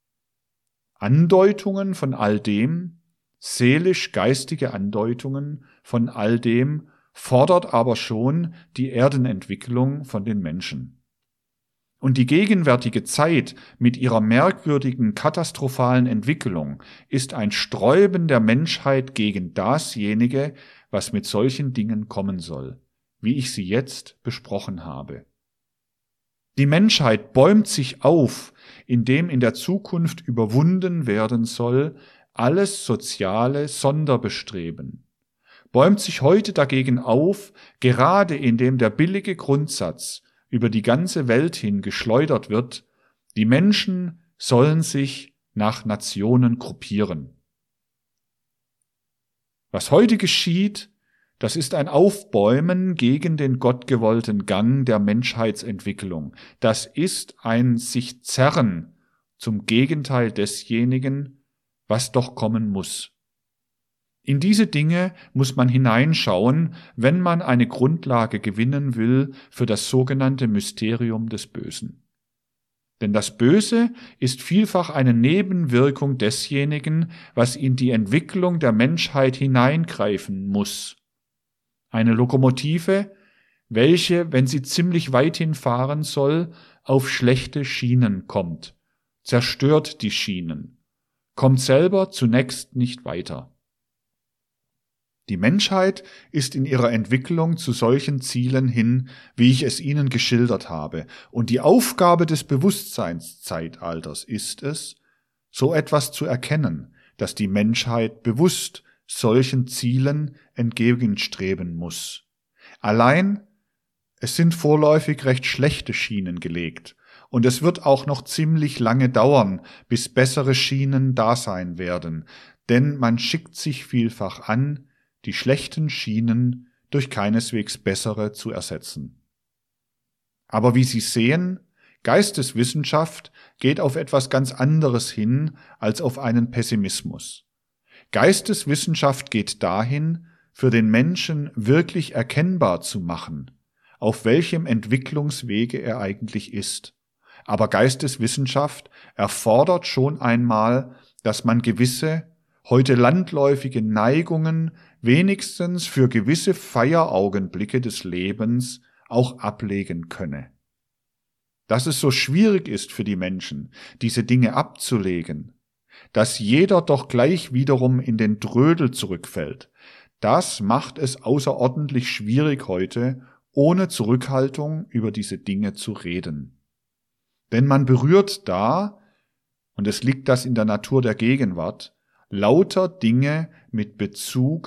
Andeutungen von all dem, seelisch-geistige Andeutungen von all dem, fordert aber schon die Erdenentwicklung von den Menschen. Und die gegenwärtige Zeit mit ihrer merkwürdigen, katastrophalen Entwicklung ist ein Sträuben der Menschheit gegen dasjenige, was mit solchen Dingen kommen soll, wie ich sie jetzt besprochen habe. Die Menschheit bäumt sich auf, indem in der Zukunft überwunden werden soll, alles soziale Sonderbestreben. Bäumt sich heute dagegen auf, gerade indem der billige Grundsatz über die ganze Welt hin geschleudert wird, die Menschen sollen sich nach Nationen gruppieren. Was heute geschieht, das ist ein Aufbäumen gegen den gottgewollten Gang der Menschheitsentwicklung. Das ist ein sich zerren zum Gegenteil desjenigen, was doch kommen muss. In diese Dinge muss man hineinschauen, wenn man eine Grundlage gewinnen will für das sogenannte Mysterium des Bösen. Denn das Böse ist vielfach eine Nebenwirkung desjenigen, was in die Entwicklung der Menschheit hineingreifen muss. Eine Lokomotive, welche, wenn sie ziemlich weit hinfahren soll, auf schlechte Schienen kommt, zerstört die Schienen, kommt selber zunächst nicht weiter. Die Menschheit ist in ihrer Entwicklung zu solchen Zielen hin, wie ich es Ihnen geschildert habe, und die Aufgabe des Bewusstseinszeitalters ist es, so etwas zu erkennen, dass die Menschheit bewusst solchen Zielen entgegenstreben muss. Allein, es sind vorläufig recht schlechte Schienen gelegt, und es wird auch noch ziemlich lange dauern, bis bessere Schienen da sein werden, denn man schickt sich vielfach an, die schlechten Schienen durch keineswegs bessere zu ersetzen. Aber wie Sie sehen, Geisteswissenschaft geht auf etwas ganz anderes hin als auf einen Pessimismus. Geisteswissenschaft geht dahin, für den Menschen wirklich erkennbar zu machen, auf welchem Entwicklungswege er eigentlich ist. Aber Geisteswissenschaft erfordert schon einmal, dass man gewisse, heute landläufige Neigungen wenigstens für gewisse Feieraugenblicke des Lebens auch ablegen könne. Dass es so schwierig ist für die Menschen, diese Dinge abzulegen, dass jeder doch gleich wiederum in den Trödel zurückfällt, das macht es außerordentlich schwierig heute, ohne Zurückhaltung über diese Dinge zu reden. Denn man berührt da, und es liegt das in der Natur der Gegenwart, lauter Dinge mit Bezug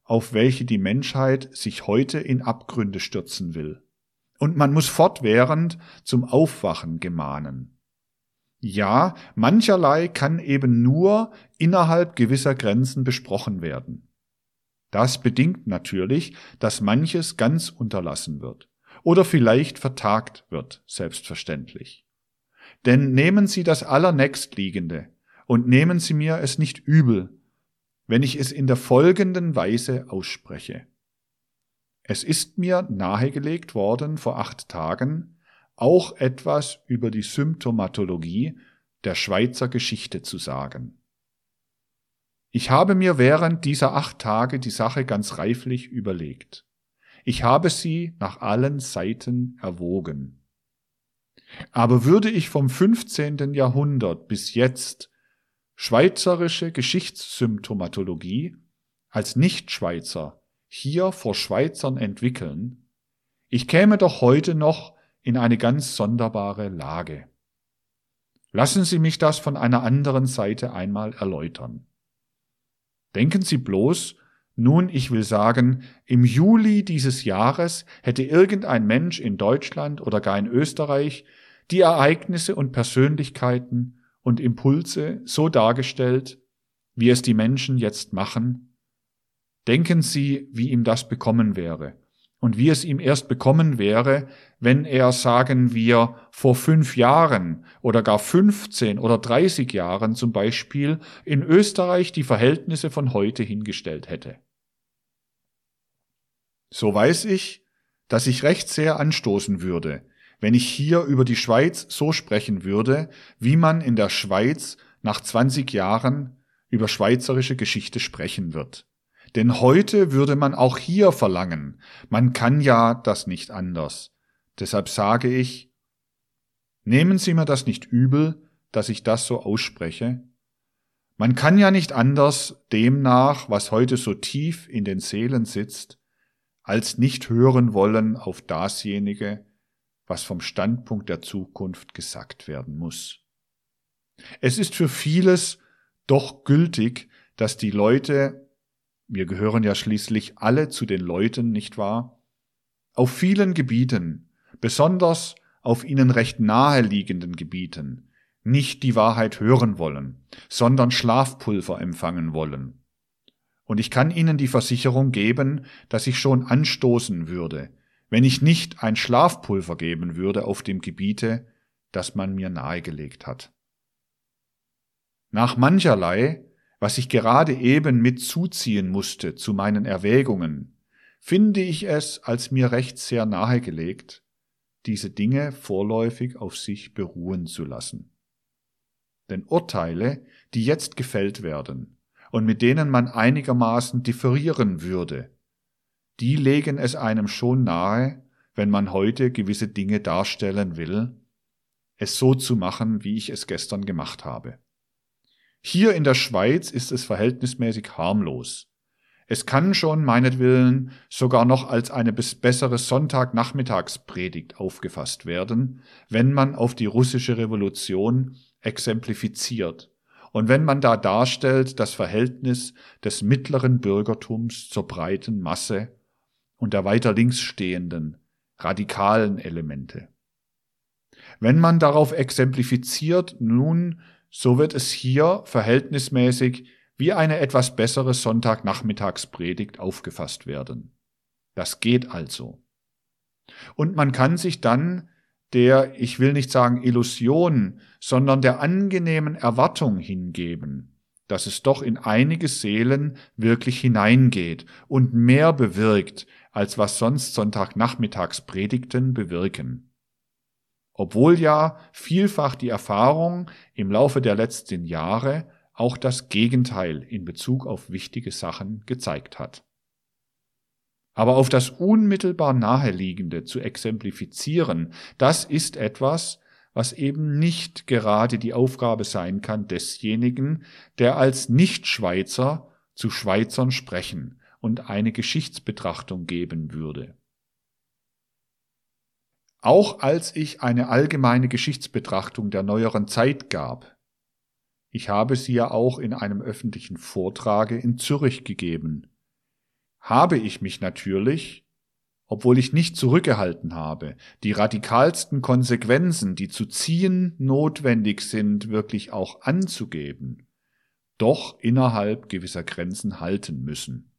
auf welche die Menschheit sich heute in Abgründe stürzen will. Und man muss fortwährend zum Aufwachen gemahnen. Ja, mancherlei kann eben nur innerhalb gewisser Grenzen besprochen werden. Das bedingt natürlich, dass manches ganz unterlassen wird oder vielleicht vertagt wird, selbstverständlich. Denn nehmen Sie das Allernächstliegende und nehmen Sie mir es nicht übel, wenn ich es in der folgenden Weise ausspreche. Es ist mir nahegelegt worden vor 8 Tagen, auch etwas über die Symptomatologie der Schweizer Geschichte zu sagen. Ich habe mir während dieser 8 Tage die Sache ganz reiflich überlegt. Ich habe sie nach allen Seiten erwogen. Aber würde ich vom 15. Jahrhundert bis jetzt schweizerische Geschichtssymptomatologie als Nichtschweizer hier vor Schweizern entwickeln, ich käme doch heute noch in eine ganz sonderbare Lage. Lassen Sie mich das von einer anderen Seite einmal erläutern. Denken Sie bloß, nun, ich will sagen, im Juli dieses Jahres hätte irgendein Mensch in Deutschland oder gar in Österreich die Ereignisse und Persönlichkeiten und Impulse so dargestellt, wie es die Menschen jetzt machen. Denken Sie, wie ihm das bekommen wäre und wie es ihm erst bekommen wäre, wenn er, sagen wir, vor 5 Jahren oder gar 15 oder 30 Jahren zum Beispiel in Österreich die Verhältnisse von heute hingestellt hätte. So weiß ich, dass ich recht sehr anstoßen würde, wenn ich hier über die Schweiz so sprechen würde, wie man in der Schweiz nach 20 Jahren über schweizerische Geschichte sprechen wird. Denn heute würde man auch hier verlangen, man kann ja das nicht anders. Deshalb sage ich, nehmen Sie mir das nicht übel, dass ich das so ausspreche. Man kann ja nicht anders demnach, was heute so tief in den Seelen sitzt, als nicht hören wollen auf dasjenige, was vom Standpunkt der Zukunft gesagt werden muss. Es ist für vieles doch gültig, dass die Leute, wir gehören ja schließlich alle zu den Leuten, nicht wahr, auf vielen Gebieten, besonders auf ihnen recht naheliegenden Gebieten, nicht die Wahrheit hören wollen, sondern Schlafpulver empfangen wollen. Und ich kann Ihnen die Versicherung geben, dass ich schon anstoßen würde, wenn ich nicht ein Schlafpulver geben würde auf dem Gebiete, das man mir nahegelegt hat. Nach mancherlei, was ich gerade eben mit zuziehen musste zu meinen Erwägungen, finde ich es als mir recht sehr nahegelegt, diese Dinge vorläufig auf sich beruhen zu lassen. Denn Urteile, die jetzt gefällt werden und mit denen man einigermaßen differieren würde, die legen es einem schon nahe, wenn man heute gewisse Dinge darstellen will, es so zu machen, wie ich es gestern gemacht habe. Hier in der Schweiz ist es verhältnismäßig harmlos. Es kann schon meinetwillen sogar noch als eine bessere Sonntagnachmittagspredigt aufgefasst werden, wenn man auf die russische Revolution exemplifiziert und wenn man da darstellt das Verhältnis des mittleren Bürgertums zur breiten Masse und der weiter links stehenden, radikalen Elemente. Wenn man darauf exemplifiziert, nun, so wird es hier verhältnismäßig wie eine etwas bessere Sonntagnachmittagspredigt aufgefasst werden. Das geht also. Und man kann sich dann der, ich will nicht sagen Illusion, sondern der angenehmen Erwartung hingeben, dass es doch in einige Seelen wirklich hineingeht und mehr bewirkt, als was sonst Sonntagnachmittagspredigten bewirken. Obwohl ja vielfach die Erfahrung im Laufe der letzten Jahre auch das Gegenteil in Bezug auf wichtige Sachen gezeigt hat. Aber auf das unmittelbar Naheliegende zu exemplifizieren, das ist etwas, was eben nicht gerade die Aufgabe sein kann desjenigen, der als Nichtschweizer zu Schweizern sprechen und eine Geschichtsbetrachtung geben würde. Auch als ich eine allgemeine Geschichtsbetrachtung der neueren Zeit gab, ich habe sie ja auch in einem öffentlichen Vortrage in Zürich gegeben, habe ich mich natürlich, obwohl ich nicht zurückgehalten habe, die radikalsten Konsequenzen, die zu ziehen notwendig sind, wirklich auch anzugeben, doch innerhalb gewisser Grenzen halten müssen.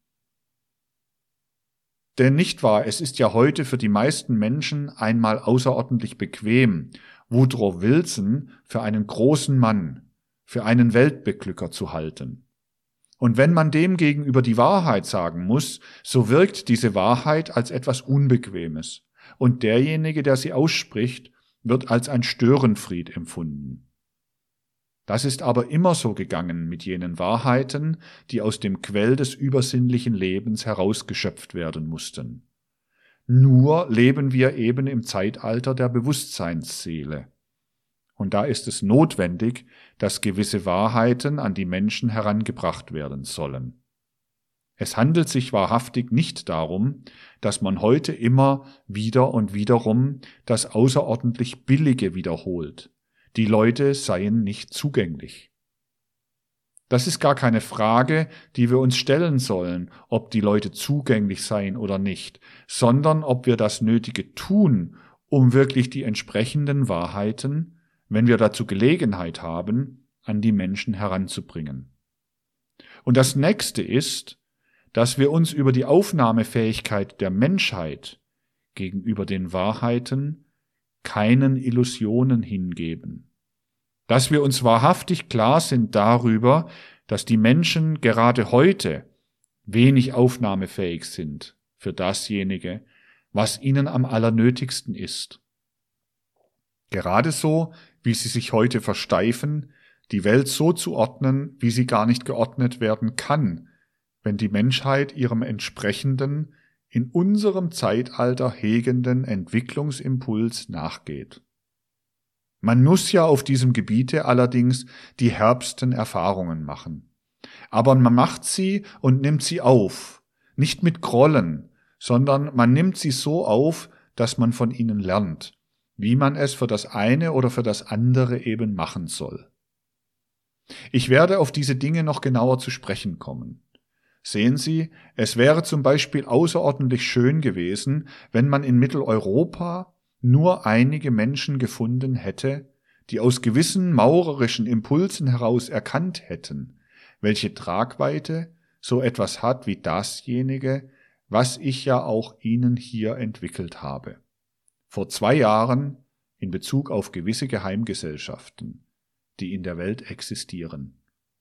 Denn nicht wahr, es ist ja heute für die meisten Menschen einmal außerordentlich bequem, Woodrow Wilson für einen großen Mann, für einen Weltbeglücker zu halten. Und wenn man dem gegenüber die Wahrheit sagen muss, so wirkt diese Wahrheit als etwas Unbequemes. Und derjenige, der sie ausspricht, wird als ein Störenfried empfunden. Das ist aber immer so gegangen mit jenen Wahrheiten, die aus dem Quell des übersinnlichen Lebens herausgeschöpft werden mussten. Nur leben wir eben im Zeitalter der Bewusstseinsseele. Und da ist es notwendig, dass gewisse Wahrheiten an die Menschen herangebracht werden sollen. Es handelt sich wahrhaftig nicht darum, dass man heute immer wieder und wiederum das außerordentlich Billige wiederholt. Die Leute seien nicht zugänglich. Das ist gar keine Frage, die wir uns stellen sollen, ob die Leute zugänglich seien oder nicht, sondern ob wir das Nötige tun, um wirklich die entsprechenden Wahrheiten, wenn wir dazu Gelegenheit haben, an die Menschen heranzubringen. Und das Nächste ist, dass wir uns über die Aufnahmefähigkeit der Menschheit gegenüber den Wahrheiten keinen Illusionen hingeben. Dass wir uns wahrhaftig klar sind darüber, dass die Menschen gerade heute wenig aufnahmefähig sind für dasjenige, was ihnen am allernötigsten ist. Gerade so, wie sie sich heute versteifen, die Welt so zu ordnen, wie sie gar nicht geordnet werden kann, wenn die Menschheit ihrem entsprechenden, in unserem Zeitalter hegenden Entwicklungsimpuls nachgeht. Man muss ja auf diesem Gebiete allerdings die herbsten Erfahrungen machen. Aber man macht sie und nimmt sie auf, nicht mit Grollen, sondern man nimmt sie so auf, dass man von ihnen lernt, wie man es für das eine oder für das andere eben machen soll. Ich werde auf diese Dinge noch genauer zu sprechen kommen. Sehen Sie, es wäre zum Beispiel außerordentlich schön gewesen, wenn man in Mitteleuropa nur einige Menschen gefunden hätte, die aus gewissen maurerischen Impulsen heraus erkannt hätten, welche Tragweite so etwas hat wie dasjenige, was ich ja auch Ihnen hier entwickelt habe. Vor 2 Jahren in Bezug auf gewisse Geheimgesellschaften, die in der Welt existieren.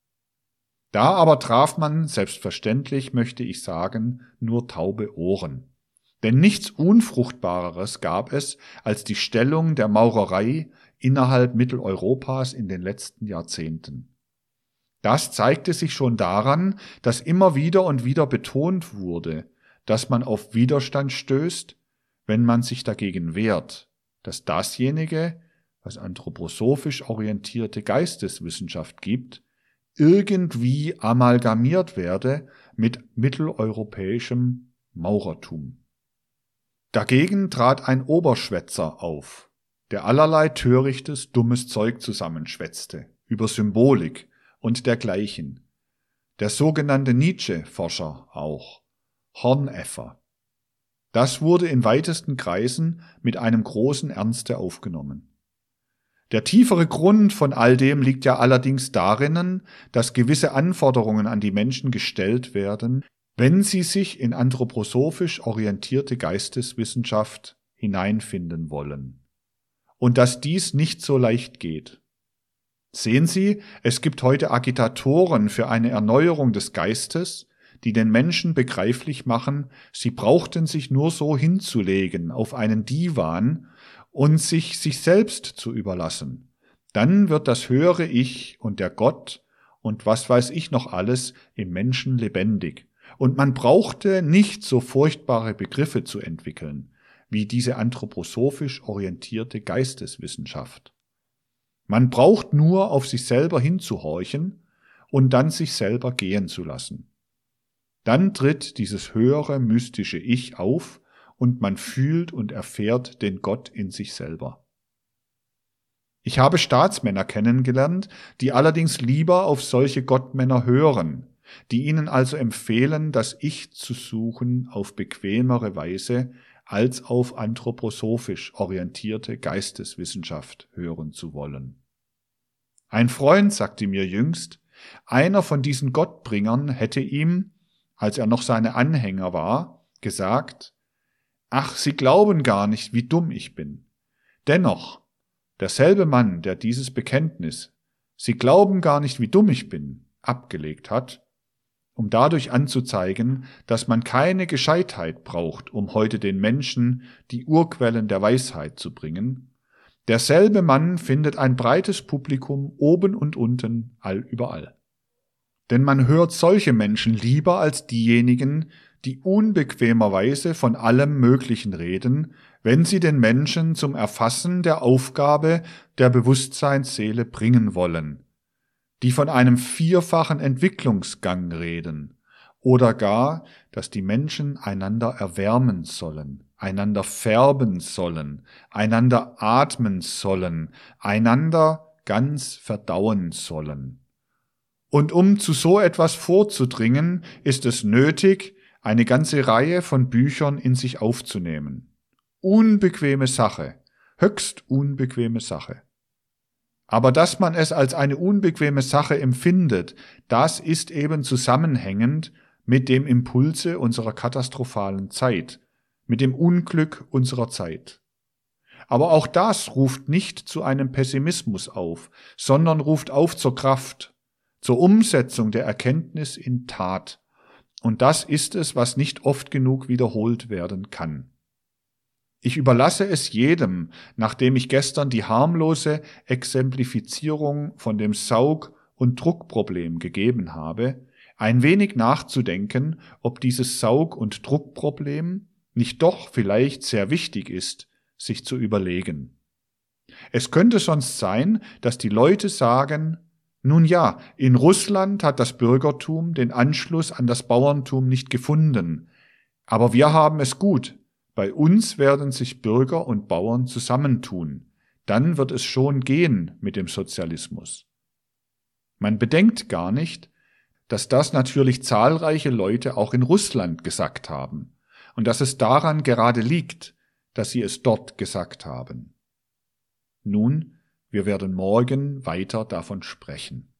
Da aber traf man, selbstverständlich möchte ich sagen, nur taube Ohren. Denn nichts Unfruchtbareres gab es als die Stellung der Maurerei innerhalb Mitteleuropas in den letzten Jahrzehnten. Das zeigte sich schon daran, dass immer wieder und wieder betont wurde, dass man auf Widerstand stößt, wenn man sich dagegen wehrt, dass dasjenige, was anthroposophisch orientierte Geisteswissenschaft gibt, irgendwie amalgamiert werde mit mitteleuropäischem Maurertum. Dagegen trat ein Oberschwätzer auf, der allerlei törichtes, dummes Zeug zusammenschwätzte, über Symbolik und dergleichen. Der sogenannte Nietzsche-Forscher auch, Horneffer. Das wurde in weitesten Kreisen mit einem großen Ernste aufgenommen. Der tiefere Grund von all dem liegt ja allerdings darin, dass gewisse Anforderungen an die Menschen gestellt werden, wenn sie sich in anthroposophisch orientierte Geisteswissenschaft hineinfinden wollen. Und dass dies nicht so leicht geht. Sehen Sie, es gibt heute Agitatoren für eine Erneuerung des Geistes, die den Menschen begreiflich machen, sie brauchten sich nur so hinzulegen auf einen Divan und sich selbst zu überlassen. Dann wird das höhere Ich und der Gott und was weiß ich noch alles im Menschen lebendig. Und man brauchte nicht so furchtbare Begriffe zu entwickeln, wie diese anthroposophisch orientierte Geisteswissenschaft. Man braucht nur auf sich selber hinzuhorchen und dann sich selber gehen zu lassen. Dann tritt dieses höhere mystische Ich auf und man fühlt und erfährt den Gott in sich selber. Ich habe Staatsmänner kennengelernt, die allerdings lieber auf solche Gottmänner hören, die ihnen also empfehlen, das Ich zu suchen auf bequemere Weise als auf anthroposophisch orientierte Geisteswissenschaft hören zu wollen. Ein Freund sagte mir jüngst, einer von diesen Gottbringern hätte ihm, als er noch seine Anhänger war, gesagt: »Ach, Sie glauben gar nicht, wie dumm ich bin. Dennoch, derselbe Mann, der dieses Bekenntnis, Sie glauben gar nicht, wie dumm ich bin, abgelegt hat, um dadurch anzuzeigen, dass man keine Gescheitheit braucht, um heute den Menschen die Urquellen der Weisheit zu bringen, derselbe Mann findet ein breites Publikum oben und unten allüberall. Denn man hört solche Menschen lieber als diejenigen, die unbequemerweise von allem Möglichen reden, wenn sie den Menschen zum Erfassen der Aufgabe der Bewusstseinsseele bringen wollen, die von einem vierfachen Entwicklungsgang reden oder gar, dass die Menschen einander erwärmen sollen, einander färben sollen, einander atmen sollen, einander ganz verdauen sollen. Und um zu so etwas vorzudringen, ist es nötig, eine ganze Reihe von Büchern in sich aufzunehmen. Unbequeme Sache, höchst unbequeme Sache. Aber dass man es als eine unbequeme Sache empfindet, das ist eben zusammenhängend mit dem Impulse unserer katastrophalen Zeit, mit dem Unglück unserer Zeit. Aber auch das ruft nicht zu einem Pessimismus auf, sondern ruft auf zur Kraft, zur Umsetzung der Erkenntnis in Tat. Und das ist es, was nicht oft genug wiederholt werden kann. Ich überlasse es jedem, nachdem ich gestern die harmlose Exemplifizierung von dem Saug- und Druckproblem gegeben habe, ein wenig nachzudenken, ob dieses Saug- und Druckproblem nicht doch vielleicht sehr wichtig ist, sich zu überlegen. Es könnte sonst sein, dass die Leute sagen: Nun ja, in Russland hat das Bürgertum den Anschluss an das Bauerntum nicht gefunden, aber wir haben es gut. Bei uns werden sich Bürger und Bauern zusammentun. Dann wird es schon gehen mit dem Sozialismus. Man bedenkt gar nicht, dass das natürlich zahlreiche Leute auch in Russland gesagt haben und dass es daran gerade liegt, dass sie es dort gesagt haben. Nun, wir werden morgen weiter davon sprechen.